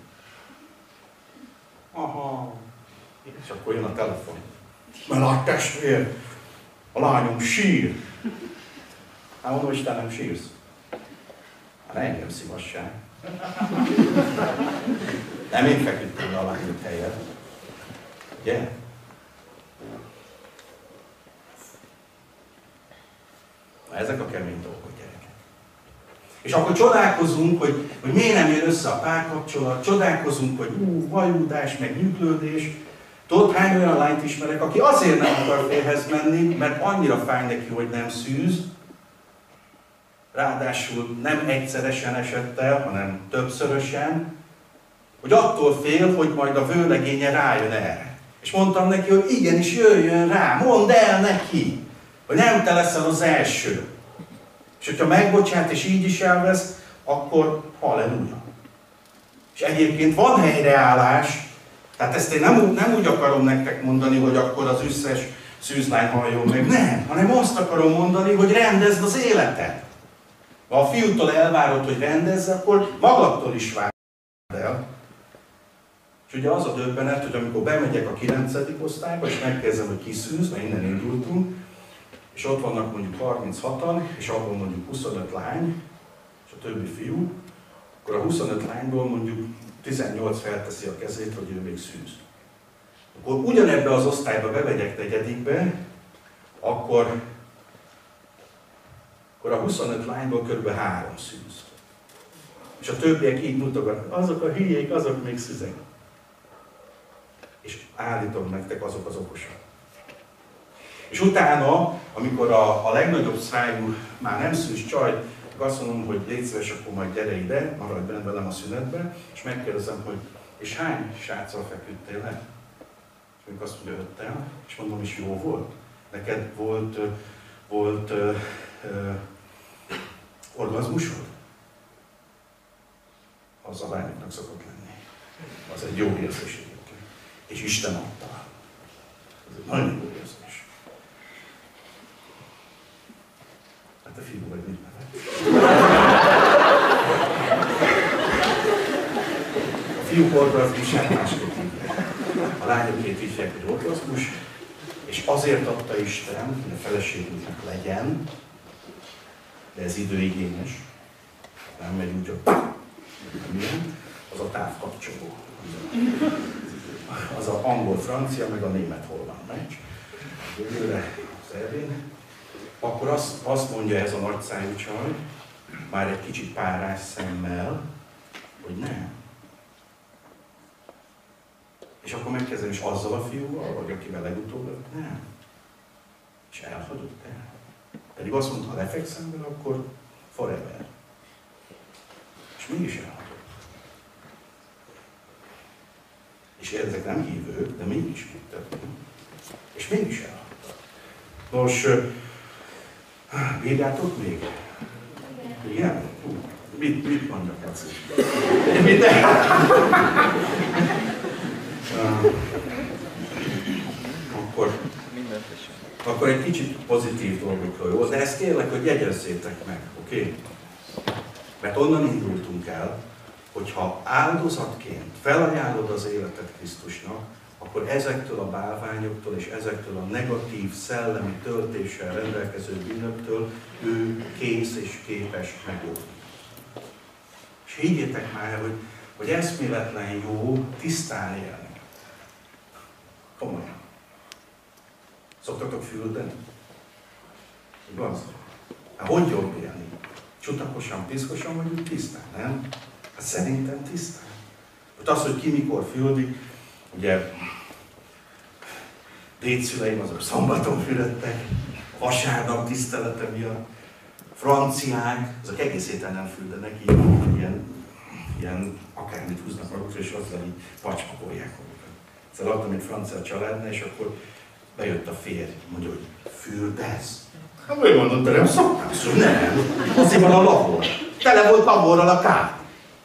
Aha. És akkor jön a telefon. Melát testvér, a lányom sír. Hát mondom, Isten, nem sírsz. Hát engem szívassál. Nem én feküdtem le a lányok helyet. Ugye? Na, ezek a kemény dolgok, gyerekek. És akkor csodálkozunk, hogy, hogy miért nem jön össze a párkapcsolat, csodálkozunk, hogy ú, vajúdás, meg nyűglődés. Tudod, hány olyan lányt ismerek, aki azért nem akar férhez menni, mert annyira fáj neki, hogy nem szűz, ráadásul nem egyszeresen esett el, hanem többszörösen, hogy attól fél, hogy majd a vőlegénye rájön erre. És mondtam neki, hogy igenis jöjjön rá, mondd el neki, hogy nem te leszel az első. És hogyha megbocsát és így is elvesz, akkor halleluja. És egyébként van helyreállás, tehát ezt én nem, nem úgy akarom nektek mondani, hogy akkor az összes szűzlány halljon meg. Nem, hanem azt akarom mondani, hogy rendezd az életet. Ha a fiútól elvárod, hogy rendezze, akkor magadtól is várd el. És ugye az a döbbenet, hogy amikor bemegyek a kilencedik osztályba, és megkezdem, hogy ki szűz, mert innen indultunk, és ott vannak mondjuk harminchatan, és abból mondjuk huszonöt lány, és a többi fiú, akkor a huszonöt lányból mondjuk tizennyolc felteszi a kezét, hogy ő még szűz. Akkor ugyanebbe az osztályba bemegyek negyedikbe, akkor, akkor a huszonöt lányból kb. három szűz. És a többiek így mutogatnak, azok a hülyék, azok még szüzek. És állítom nektek, azok az okosak. És utána, amikor a, a legnagyobb szájú, már nem szűz csaj, azt mondom, hogy légy szíves, akkor majd gyere ide, maradj benne velem a szünetbe, és megkérdezem, hogy és hány sráccal feküdtél le? És mondjuk azt mondja, öttel, és mondom, és jó volt? Neked volt, volt ö, ö, orgazmusod? Az a lányoknak szokott lenni. Az egy jó érzés egyébként. És Isten adta. Ez egy nagyon jó érzés. Hát a fiú vagy mit nevet? A fiúk orgazmusát másképp hívják. A lányokét hívják, hogy orgazmus, és azért adta Isten, hogy a feleségünknek legyen, de ez időigényes, nem megy úgy, hogy Milyen? Az a távkapcsoló. Az a angol-francia, meg a német-holland meccs. Jövőre az Ervin. Akkor azt, azt mondja ez a nagyszájú csaj, már egy kicsit párás szemmel, hogy nem. És akkor megkezdem is azzal a fiúval, vagy akivel legutóbb, nem. És elhagyott el. Pedig azt mondta, ha lefekszem vele, akkor forever. És mégis elhagyott. És ezek nem hívők, de mégis mit és mégis elhagytak. Nos, bírjátok még? Igen? Hú, mit, mit mondjak, Laci? Mit? akkor, akkor egy kicsit pozitív dolgokról, jó? De ezt kérlek, hogy jegyezzétek meg, oké? Okay? Mert onnan indultunk el, hogyha áldozatként felajánlod az életet Krisztusnak, akkor ezektől a bálványoktól és ezektől a negatív szellemi töltéssel rendelkező bűnöktől ő kész és képes megóvni. És higgyétek már, hogy, hogy eszméletlen jó tisztán élni. Komolyan. Szoktatok fürdeni? Igaz? Hát hogy jobb élni? Csutakosan, piszkosan, vagy úgy tisztán, nem? Hát szerintem tisztán. Az, hogy ki mikor fürdik, ugye dédszüleim azok szombaton fürdettek, vasárnap tisztelete miatt, franciák, azok egész héten nem fürdenek, így ilyen, ilyen akármit húznak magukra, és azzal így pacspakolják magukat. Szóval laktam egy francia családnál, és akkor bejött a férj, mondja, hogy fürdesz. Hát vagy mondod, te nem szoktál? Szóval nem, azért van a labor. Tele volt laborral a kát.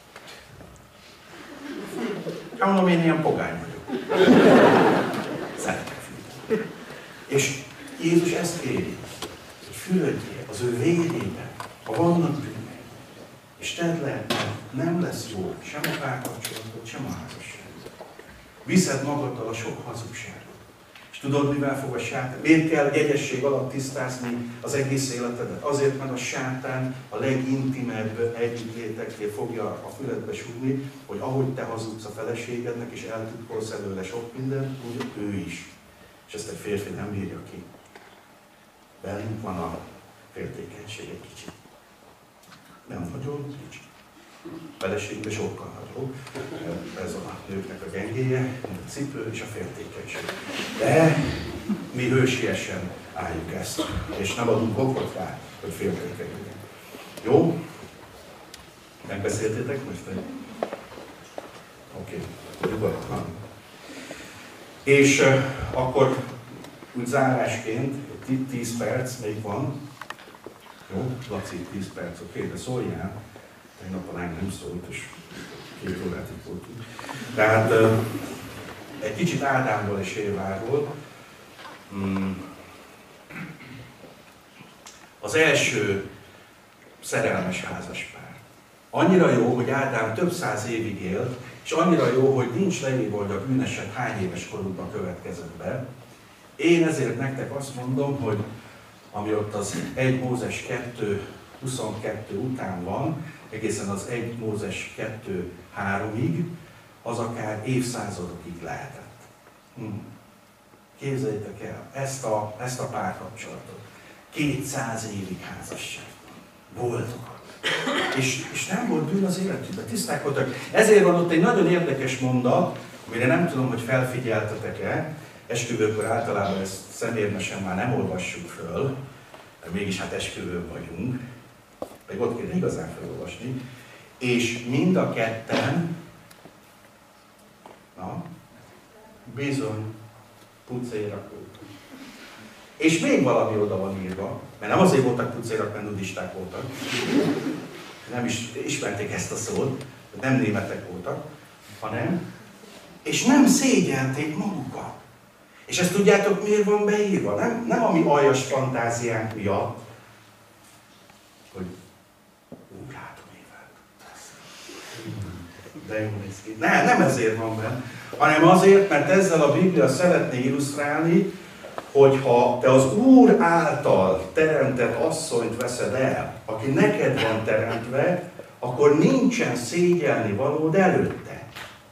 Hát mondom, én ilyen pogány vagyok. Szeretek fürdeni. És Jézus ezt kéri, hogy fürdjél az ő vérében, ha vannak bűnei. És tedd le, nem lesz jó sem a párkapcsolatot, sem a házasságot. Viszed magaddal a sok hazugságot. És tudod, mivel fog a sátán? Miért kell jegyesség alatt tisztázni az egész életedet? Azért, mert a sátán a legintimebb együttléteknél fogja a füledbe súgni, hogy ahogy te hazudsz a feleségednek, és eltitkolsz előle sok mindent, úgy ő is. És ezt egy férfi nem bírja ki. Bennünk van a féltékenység egy kicsit. Nem nagyon kicsit. Feleségbe sokkal nagyobb. Ez a nőknek a gyengéje, a cipő és a féltékenység. De mi hősiesen álljuk ezt, és nem adunk okot rá, hogy féltékenyünk. Jó? Megbeszéltétek most? Oké, okay. Nyugodtan. És uh, akkor úgy zárásként tíz perc még van. Jó, Laci, tíz perc, oké, okay, de szóljál. Tegnap a lány nem szólt, és két órát itt voltunk. Tehát uh, egy kicsit Ádámból és Éváról. Hmm. Az első szerelmes házaspár. Annyira jó, hogy Ádám több száz évig élt, és annyira jó, hogy nincs leírva, hogy a bűneset hány éves korukban következett be. Én ezért nektek azt mondom, hogy ami ott az egy Mózes kettő huszonkettő után van, egészen az egy Mózes kettő háromig, az akár évszázadokig lehetett. Hm. Képzeljétek el ezt a, ezt a párkapcsolatot. kétszáz évig házasságban. Boldogak. És, és nem volt bűn az életükben, tiszták voltak. Ezért van ott egy nagyon érdekes mondat, amire nem tudom, hogy felfigyeltetek-e, esküvőkor általában ezt szemérmesen már nem olvassuk föl, de mégis hát esküvőn vagyunk, meg ott kéne igazán felolvasni, és mind a ketten, na, bizony, pucérak voltak. És még valami oda van írva, mert nem azért voltak pucérak, mert nudisták voltak, nem is ismerték ezt a szót, nem németek voltak, hanem, és nem szégyelték magukat. És ezt tudjátok, miért van beírva? Nem, nem a mi aljas fantáziánk miatt, hogy úgy látom Évát. De jó néz ki. Nem, nem ezért van benne, hanem azért, mert ezzel a Biblia szeretné illusztrálni, hogyha te az Úr által teremtett asszonyt veszed el, aki neked van teremtve, akkor nincsen szégyelni valód előtte.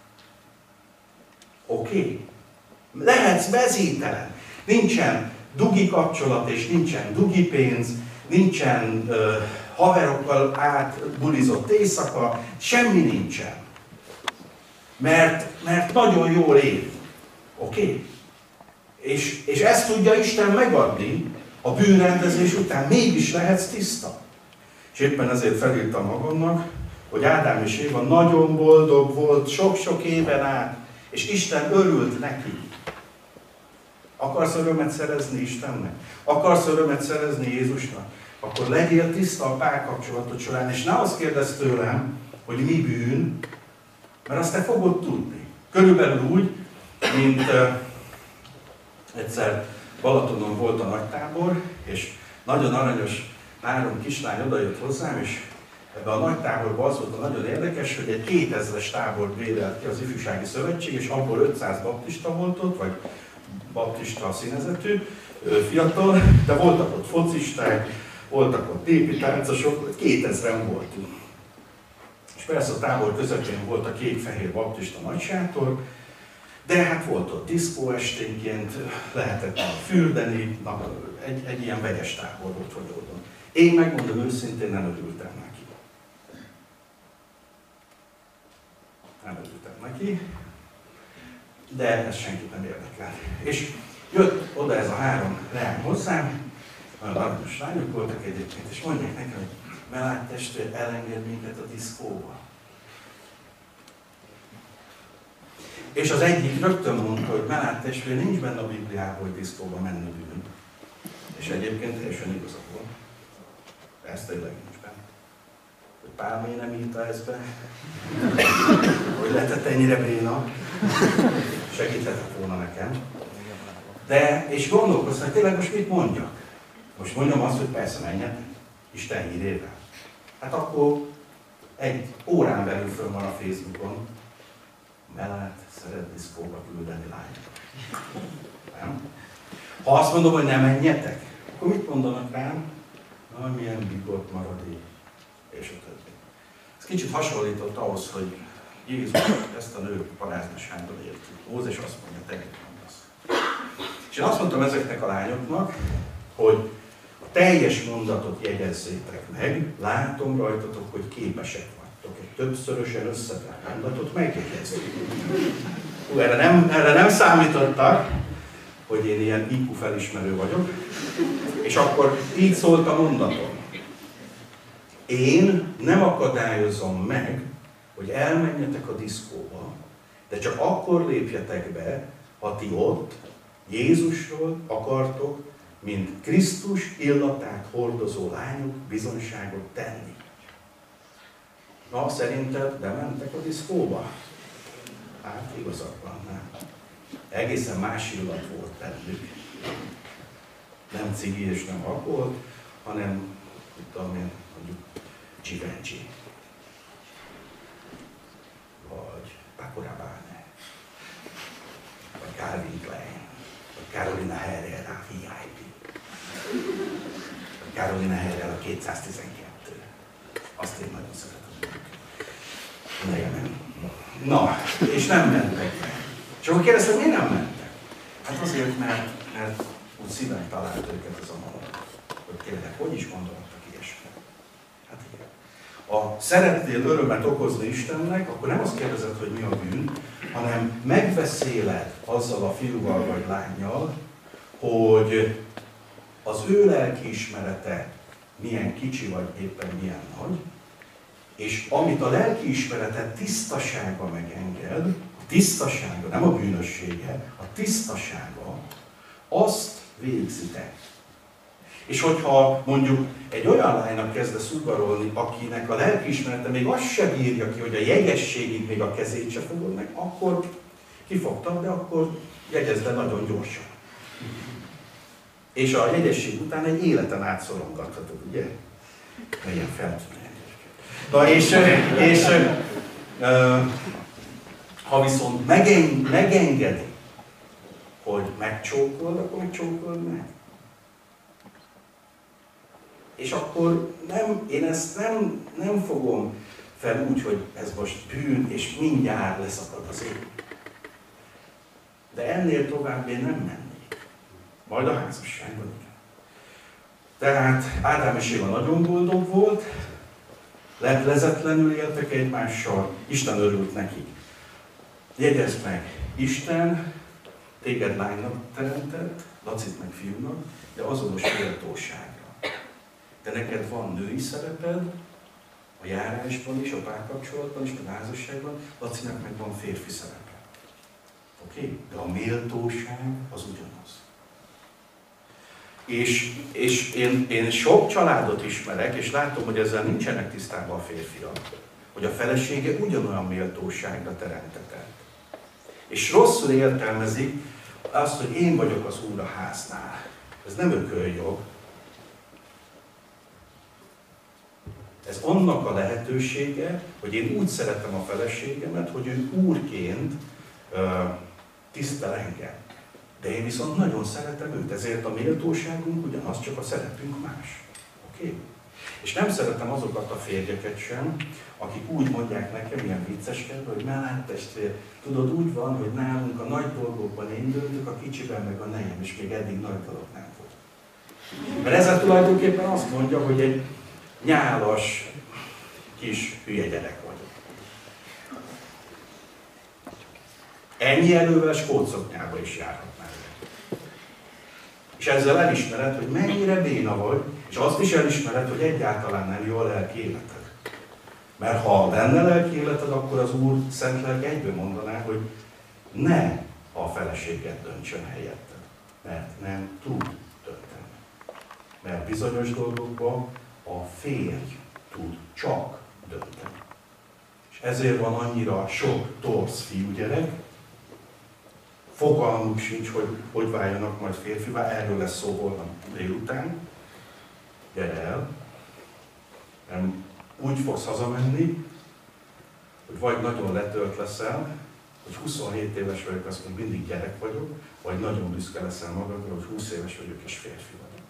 Oké? Okay? Lehetsz vezételen. Nincsen dugi kapcsolat, és nincsen dugi pénz, nincsen uh, haverokkal átbulizott éjszaka, semmi nincsen. Mert, mert nagyon jól él. Oké? Okay? És, és ezt tudja Isten megadni a bűnrendezés után. Mégis lehetsz tiszta. És éppen ezért felírtam magamnak, hogy Ádám és Éva nagyon boldog volt sok-sok éven át, és Isten örült neki. Akarsz örömet szerezni Istennek? Akarsz örömet szerezni Jézusnak? Akkor legyél tiszta a párkapcsolatod során, és ne azt kérdezz tőlem, hogy mi bűn, mert azt te fogod tudni. Körülbelül úgy, mint uh, egyszer Balatonon volt a nagytábor, és nagyon aranyos három kislány odajött hozzám, és ebben a nagy táborban az volt a nagyon érdekes, hogy egy kétezres tábort bérelt ki az Ifjúsági Szövetség, és abból ötszáz baptista volt ott, vagy baptista színezetű, fiatal, de voltak ott focisták, voltak ott népi táncosok, kétezren voltunk. És persze a tábor közepén volt a kék-fehér baptista nagysátor, de hát volt ott diszkó esténként, lehetett fürdeni, na, egy, egy ilyen vegyes tábor volt Hogyódon. Én megmondom őszintén, nem örültem neki. Nem örültem neki, de ez senkit nem érdekel. És jött oda ez a három leány hozzám, olyan aranyos lányok voltak egyébként, és mondják nekem, hogy Melát testvér, elenged minket a diszkóba. És az egyik rögtön mondta, hogy Melát testvér, nincs benne a Bibliában, hogy diszkóba menni bűn. És egyébként teljesen igazak volt. Ez tényleg nincs benne. Hogy Pál miért nem írta ezt be? Hogy lehetett ennyire béna? Segíthetett volna nekem. De, és gondolkoztam, hogy tényleg most mit mondjak? Most mondjam azt, hogy persze menjetek, Isten hírével. Hát akkor egy órán belül fönn van a Facebookon, Melát szeret diszkóba küldeni lányok. Nem? Ha azt mondom, hogy nem menjetek, akkor mit mondanak rám? Na, milyen bigott maradék, és a többi. Ez kicsit hasonlított ahhoz, hogy Jézus ezt a nőt parázsnaságban érti. Mózes azt mondja, te mit mondasz. És én azt mondtam ezeknek a lányoknak, hogy a teljes mondatot jegyezzétek meg, látom rajtatok, hogy képesek vagytok. Egy többszörösen összetett mondatot megjegyezzük. Hú, erre nem, erre nem számítottak, hogy én ilyen í kú felismerő vagyok. És akkor így szólt a mondatom. Én nem akadályozom meg, hogy elmenjetek a diszkóba, de csak akkor lépjetek be, ha ti ott Jézusról akartok, mint Krisztus illatát hordozó lányok bizonyságot tenni. Na, szerinted bementek a diszkóba? Hát igazak van, nem. Egészen más illat volt bennük. Nem cigi és nem alkohol, hanem, tudom én, mondjuk Givenchy. Vagy Paco Rabanne. Vagy Calvin Klein. Vagy Carolina Herrera vé i pé. Vagy Carolina Herrera kétszáztizenkettő. Azt én nagyon szeretem. Nem. Na, és nem mentek meg. És akkor kérdeztem, miért nem mentek? Hát azért, mert, mert úgy szíven talált őket ez a mondat. Hogy tényleg, hogy is gondoltak ilyesmit? Hát igen. Ha szeretnél örömet okozni Istennek, akkor nem azt kérdezed, hogy mi a bűn, hanem megbeszéled azzal a fiúval vagy lánnyal, hogy az ő lelkiismerete milyen kicsi vagy éppen milyen nagy, és amit a lelkiismerete tisztasága megenged, a tisztasága, nem a bűnössége, a tisztasága, azt végzitek. És hogyha mondjuk egy olyan lánynak kezdesz udvarolni, akinek a lelkiismerete még azt sem bírja ki, hogy a jegességig még a kezét se fogod meg, akkor kifogtad, de akkor jegyezd le nagyon gyorsan. És a jegyesség után egy életen át szorongathatod, ugye? Legyen feltűnő. Na és, és ha viszont megeng, megengedi, hogy megcsókold, akkor megcsókold meg. És akkor nem, én ezt nem, nem fogom fel úgy, hogy ez most bűn, és mindjárt leszakad az ég. De ennél tovább én nem mennék. Majd a házasságban. Tehát Ádám és Éva nagyon boldog volt, leplezetlenül éltek egymással, Isten örült nekik. Jegyezd meg, Isten téged lánynak teremtett, Lacit meg fiúnak, de azonos méltóságra. De neked van női szereped, a járásban is, a párkapcsolatban is, a házasságban, Lacinak meg van férfi szerepe. Oké? Okay? De a méltóság az ugyanaz. És, és én, én sok családot ismerek, és látom, hogy ezzel nincsenek tisztában a férfiak, hogy a felesége ugyanolyan méltóságra teremtetett. És rosszul értelmezik azt, hogy én vagyok az úr a háznál. Ez nem ököljog. Ez annak a lehetősége, hogy én úgy szeretem a feleségemet, hogy ő úrként uh, tisztel engem. De én viszont nagyon szeretem őt, ezért a méltóságunk ugyanaz, csak a szerepünk más. Oké? Okay? És nem szeretem azokat a férjeket sem, akik úgy mondják nekem, ilyen vicceskedve, hogy mellett testvér, tudod, úgy van, hogy nálunk a nagy dolgokban én döntök, a kicsiben meg a nejem, és még eddig nagy dolog nem volt. Mert ezzel tulajdonképpen azt mondja, hogy egy nyálas, kis hülye gyerek vagyok. Ennyi erővel skótszoknyába is járhatnál. És ezzel elismered, hogy mennyire béna vagy, és azt is elismered, hogy egyáltalán nem jó a lelki életed. Mert ha lenne lelki életed, akkor az Úr szent lelke egyből mondaná, hogy ne a feleséged döntsön helyetted, mert nem tud dönteni. Mert bizonyos dolgokban a férj tud csak dönteni. És ezért van annyira sok torz fiúgyerek, fogalmuk sincs, hogy hogy váljanak majd férfivá, erről lesz szó holnap délután. Gyere el, nem úgy fogsz hazamenni, hogy vagy nagyon letölt leszel, hogy huszonhét éves vagyok, azt még mindig gyerek vagyok, vagy nagyon büszke leszel magadra, hogy húsz éves vagyok és férfi vagyok.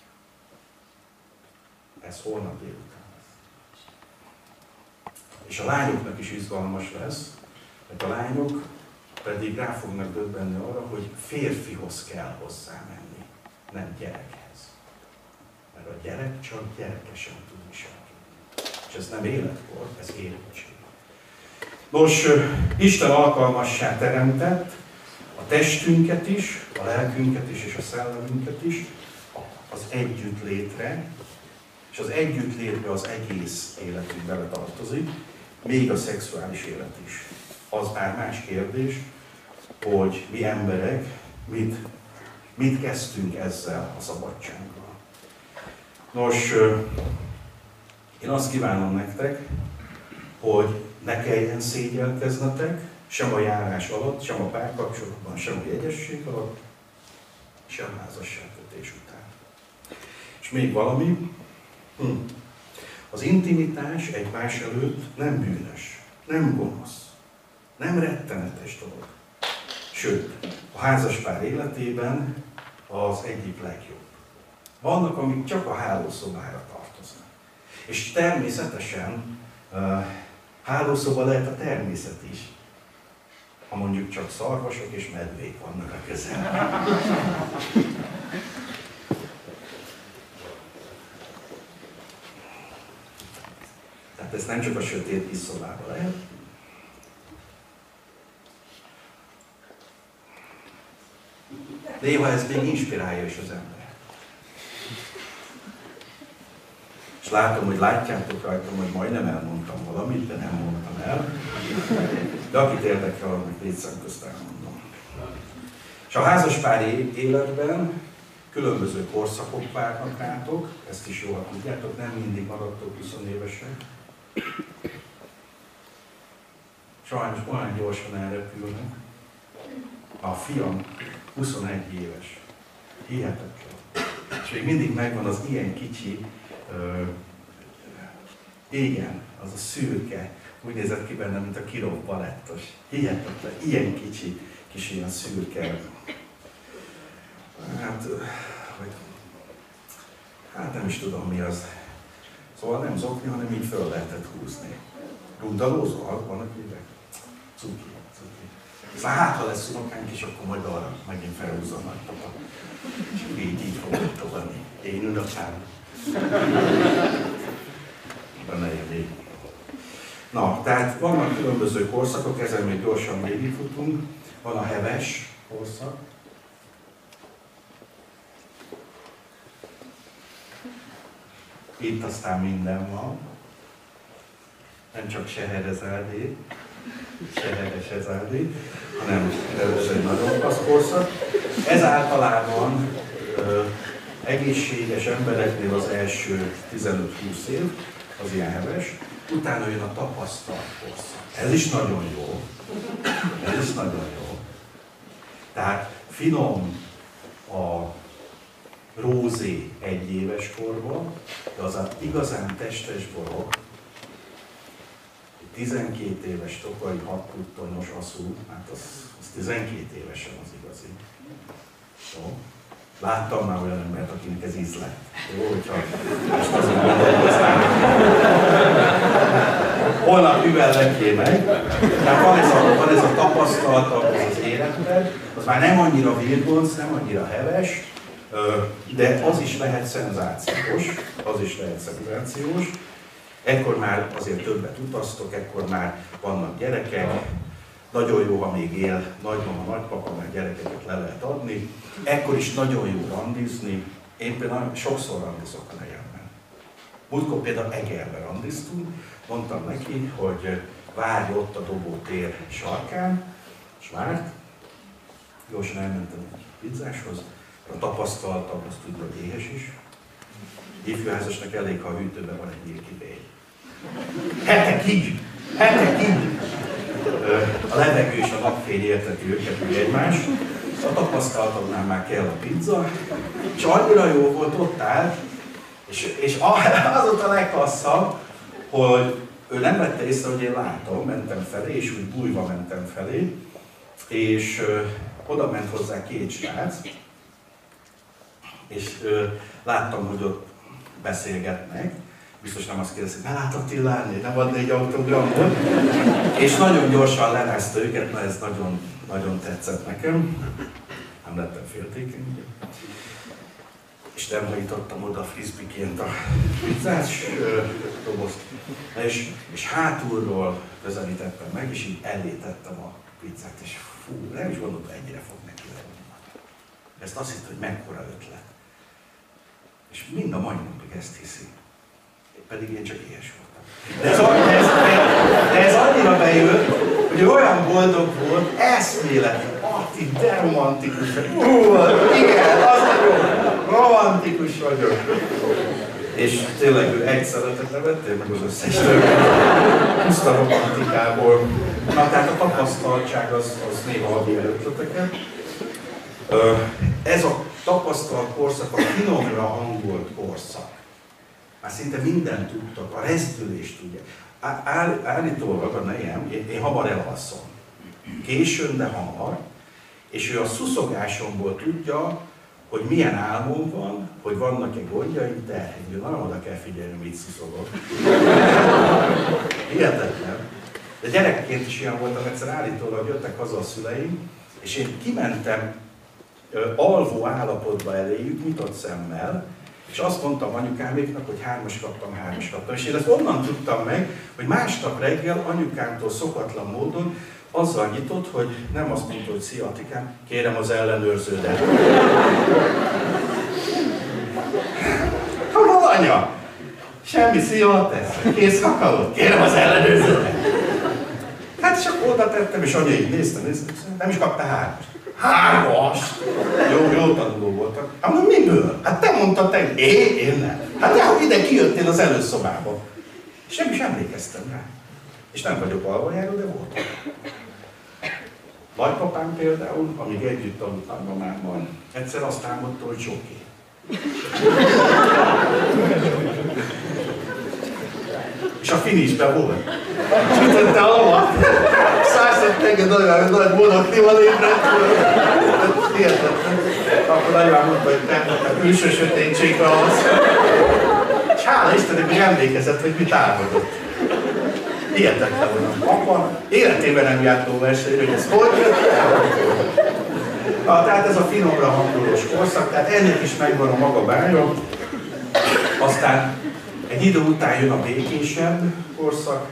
Ez holnap délután lesz. És a lányoknak is izgalmas lesz, mert a lányok pedig rá fognak döbbenni arra, hogy férfihoz kell hozzá menni, nem gyerekhez. Mert a gyerek csak gyerekesen tud viselkedni. És ez nem életkor, ez érettség. Nos, Isten alkalmassá teremtett a testünket is, a lelkünket is és a szellemünket is az együttlétre, és az együttlétbe az egész életünk bele tartozik, még a szexuális élet is. Az már más kérdés, hogy mi emberek mit, mit kezdtünk ezzel a szabadsággal. Nos, én azt kívánom nektek, hogy ne kelljen szégyelkeznetek, sem a járás alatt, sem a párkapcsolatban, sem a jegyesség alatt, sem a házasságkötés után. És még valami, hm. az intimitás egymás előtt nem bűnös, nem gonosz. Nem rettenetes dolog. Sőt, a házaspár életében az egyik legjobb. Vannak, amik csak a hálószobára tartoznak. És természetesen uh, hálószoba lehet a természet is. Ha mondjuk csak szarvasok és medvék vannak a közelben. Tehát ez nem csak a sötét kis szobában lehet. Néha ez még inspirálja is az ember. És látom, hogy látjátok rajtam, hogy majdnem elmondtam valamit, de nem mondtam el. De akit érdekel, annak négy szem közt elmondom. És a házaspári életben különböző korszakok várnak rátok, ezt is jól tudjátok, nem mindig maradtok húsz évesek. Sajnos olyan gyorsan elrepülnek. A fiam huszonegy éves. Hihetetlen. És még mindig megvan az ilyen kicsi, ö, igen, az a szürke, úgy nézett ki benne, mint a Kirov balettos. Hihetetlen, ilyen kicsi, kis ilyen szürke. Hát, vagy, hát nem is tudom mi az. Szóval nem zokni, hanem így föl lehetett húzni. Rundalózol? Vannak hívek? Cuki, cuki. Aztán hát, ha lesz unokánk is, akkor majd arra megint felhúzza a nagypapa. És így, így fogok továbbni. Én unokám. De ne jön. Na, tehát vannak különböző korszakok, ezen még gyorsan végigfutunk. Van a heves korszak. Itt aztán minden van. Nem csak Seherezárdé, Seherezárdé, hanem ez egy nagyon klassz korszak. Ez általában ö, egészséges embereknél az első tizenöt-húsz év, az ilyen heves. Utána jön a tapasztalt korszak. Ez is nagyon jó. Ez is nagyon jó. Tehát finom a rózé egy éves korban, de az az igazán testes borok, tizenkét éves tokai hat puttonyos aszú, hát az, az tizenkét évesen az igazi. Jó? Láttam már olyan embert, akinek ez íz lett. Jó, hogyha most azon gondolkoznám. Holnap üvellekjé meg. Tehát van ez a, van ez a tapasztalat az életben, az már nem annyira virgonc, nem annyira heves, de az is lehet szenzációs, az is lehet szenzációs. Ekkor már azért többet utaztok, ekkor már vannak gyerekek, nagyon jó, ha még él nagymama, nagypapa, mert gyerekeket le lehet adni. Ekkor is nagyon jó randizni. Én például sokszor randizok a nejemben. Múltkor például Egerben randiztunk, mondtam neki, hogy várj ott a dobótér sarkán, és várt. Gyorsan elmentem egy pizzáshoz, a tapasztaltabb, azt tudja, hogy éhes is. Ifjúházasnak elég, ha a hűtőben van egy Milky Way. Hetekig! Hetekig! A levegő és a napfény érteti őket úgy egymást. A tapasztaltomnál már kell a pizza. És annyira jó volt, ott állt, és, és az ott a legklasszabb, hogy ő nem vette észre, hogy én látom, mentem felé, és úgy bújva mentem felé, és ö, oda ment hozzá két srác, és ö, láttam, hogy ott beszélgetnek, biztos nem azt kérdezik, ne látok Tillárni, nem adni egy autogramot, és nagyon gyorsan lerázta őket, mert ez nagyon, nagyon tetszett nekem, nem lettem féltékeny, és nem hajítottam oda frisbeeként a pizzás dobozt, és, és hátulról közelítettem meg, és így elé tettem a pizzát, és fú, nem is gondoltam, ennyire fog neki lenni. Ezt azt hitt, hogy mekkora ötlet. És mind a mai napig ezt hiszi. Pedig én csak éhes voltam. De ez, ez, de ez annyira bejött, hogy olyan boldog volt, eszméletlen, Atti, de romantikus vagy. Hú, igen, az nagyon romantikus vagyok. És tényleg ő egy szeretet nevettél meg az összes többet. Puszta romantikából. Na, tehát a tapasztaltság az, az néha ad ilyen ötleteket. Ez a tapasztalt korszak, a finomra hangolt korszak. Már szinte mindent tudtak, a rezdülést tudja. Áll, állítólag a nejem, én, én hamar elalszom. Későn, de hamar. És ő a szuszogásomból tudja, hogy milyen álmom van, hogy vannak-e gondjaim, de nagyon oda kell figyelni, mit szuszogok. Hihetetlen. De gyerekként is ilyen voltam, egyszer állítólag jöttek haza a szüleim, és én kimentem ö, alvó állapotba eléjük, nyitott szemmel, és azt mondtam anyukáméknak, hogy hármas kaptam, hármas kaptam. És én ezt onnan tudtam meg, hogy másnap reggel anyukámtól szokatlan módon azzal nyitott, hogy nem azt mondta, hogy szia Attikám, kérem az ellenőrződet. Hol anya? Semmi, szia, tesz. Kész kakaót, kérem az ellenőrződet. Hát és akkor oda tettem, és anya így néztem, néztem, nem is kapta hármas. Hármas! Jó, jó tanuló voltak. Hát mondom, miből? Hát te mondtad te, én, én nem. Hát te, hogy ide kijöttél az előszobába. És nem is emlékeztem rá. És nem vagyok alvajáró, de voltam. Nagypapám például, amíg együtt tanult nagymamámmal, egyszer azt álmodta, hogy Zsoké. És a finishben volt. Sütötte a lovat. Százszett enged olyan nagy monoklival ébredt. Hihetetlen. Akkor nagymám mondta, hogy nem, a külső sötétségre az. És hála Istennek, hogy emlékezett, hogy mit álmodott. Hihetetlen olyan apa, életében nem járt lóversenyre, hogy ez hogy jött el. Na, tehát ez a finomra hangolós korszak, tehát ennek is megvan a maga bája. Aztán egy idő után jön a békésebb korszak,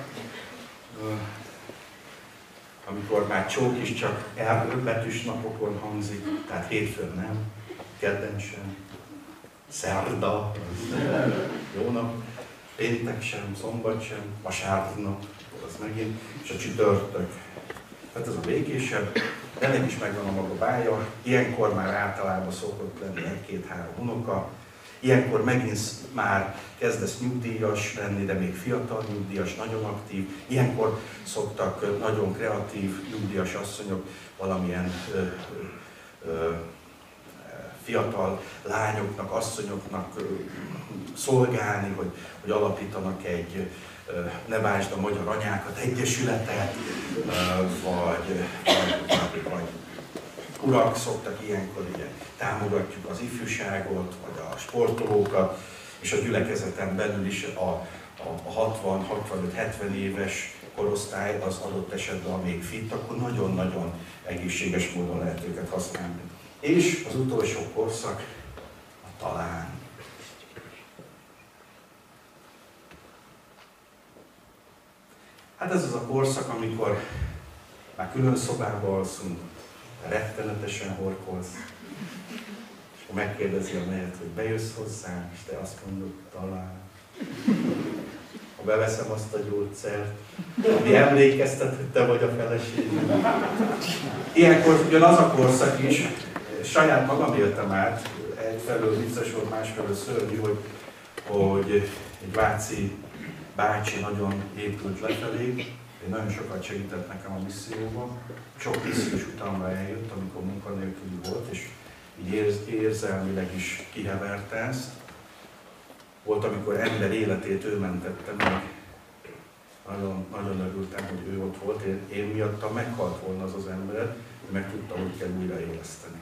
amikor már csók is csak R betűs napokon hangzik, tehát hétfőn nem, kedden sem, szerda, jó nap, péntek sem, szombat sem, vasárnap, az megint, és a csütörtök. Tehát ez a békésebb, ennek is megvan a maga bája, ilyenkor már általában szokott lenni egy-két-három unoka, ilyenkor megint már kezdesz nyugdíjas lenni, de még fiatal nyugdíjas, nagyon aktív. Ilyenkor szoktak nagyon kreatív nyugdíjas asszonyok valamilyen ö, ö, ö, fiatal lányoknak, asszonyoknak ö, szolgálni, hogy, hogy alapítanak egy ö, Ne Bántsd a Magyar Anyákat egyesületet, ö, vagy, vagy, vagy, vagy urak szoktak ilyenkor, ugye, támogatjuk az ifjúságot, vagy a sportolókat, és a gyülekezeten belül is a, a, a hatvan, hatvanöt, hetven éves korosztály az adott esetben, ha még fit, akkor nagyon-nagyon egészséges módon lehet őket használni. És az utolsó korszak a talán. Hát ez az a korszak, amikor már külön szobában alszunk, rettenetesen horkolsz, és akkor megkérdezi a nejet, hogy bejössz hozzám, és te azt mondod, talán. Ha beveszem azt a gyógyszert, ami emlékeztet, hogy te vagy a feleségem. Ilyenkor jön az a korszak is, saját magam éltem át, egyfelől vicces volt, másfelől szörnyű, hogy, hogy egy váci bácsi nagyon épült lefelé, nagyon sokat segített nekem a misszióban. Sok missziós utána eljött, amikor munkanélküli volt, és így érz, érzelmileg is kiheverte ezt. Volt, amikor ember életét ő mentette meg. Nagyon, nagyon örültem, hogy ő ott volt. Én, én miattam meghalt volna az az ember, hogy meg tudta, hogy kell újraéleszteni.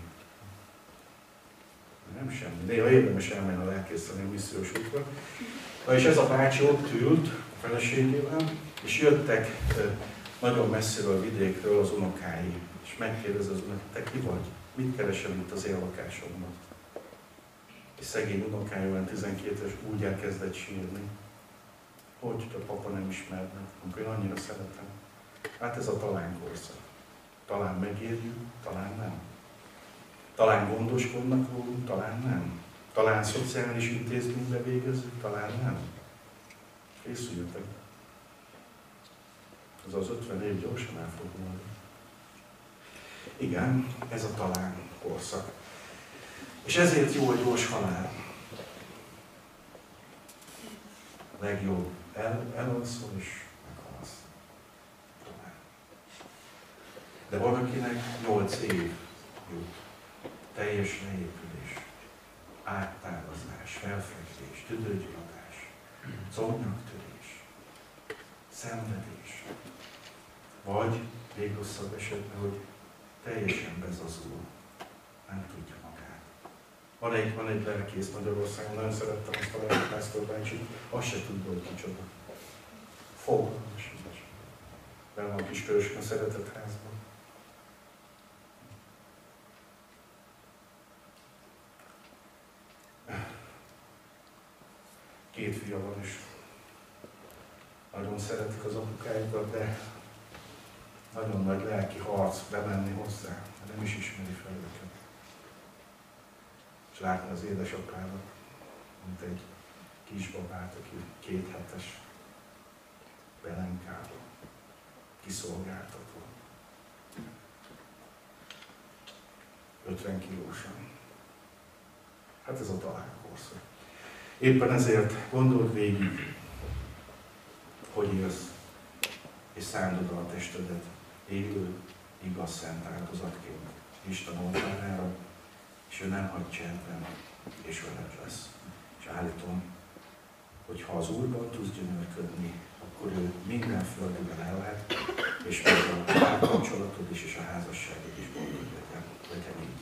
Nem semmi. Néha érdemes elmenni a lelkészteni a missziós útra. Na és ez a bácsi ott ült a feleségével, és jöttek nagyon messziről a vidékről az unokái, és megkérdezi az unokát, te ki vagy? Mit keresel itt az én lakásomban? És szegény unokája olyan tizenkét éves úgy elkezdett sírni, hogy a papa nem ismerne, amikor én annyira szeretem. Hát ez a talán korszak. Talán megérjük, talán nem. Talán gondoskodnak rólunk, talán nem. Talán szociális intézménybe végezzük, talán nem. Készüljetek. Ez az ötven év gyorsan el fog múlni. Igen, ez a talán korszak. És ezért jó a gyors halál. A legjobb el, elalszol és meghalsz. Talán. De van, akinek nyolc év jut. Teljes leépülés, áttávozás, felfekvés, tüdőgyulladás, szomnyagtörés, szenvedés. Vagy még rosszabb esetben, hogy teljesen bezazul, nem tudja magát. Van egy, van egy lelkész Magyarországon, nagyon szerettem azt a lelkipásztor bácsit, azt se tudja, hogy kicsoda. Fogalmas ügyes. Benne van a kis törzsön a szeretett házban. Két fia van, és nagyon szeretik az apukájukat, de nagyon nagy lelki harc bemenni hozzá, nem is ismeri fel őket. És látni az édesapának, mint egy kisbabát, aki két hetes, belenkálva, kiszolgáltatva. ötven kilósan. Hát ez a találkorszak. Éppen ezért gondold végig, hogy élsz, és szándod a testedet élő, igaz, szent áldozatként Isten oltárára, és ő nem hagy csendben, és veled lesz. És állítom, hogy ha az Úrban tudsz gyönyörködni, akkor ő minden földben ellehet, és meg a kapcsolatod is, és a házasságod is boldog legyen, legyen így.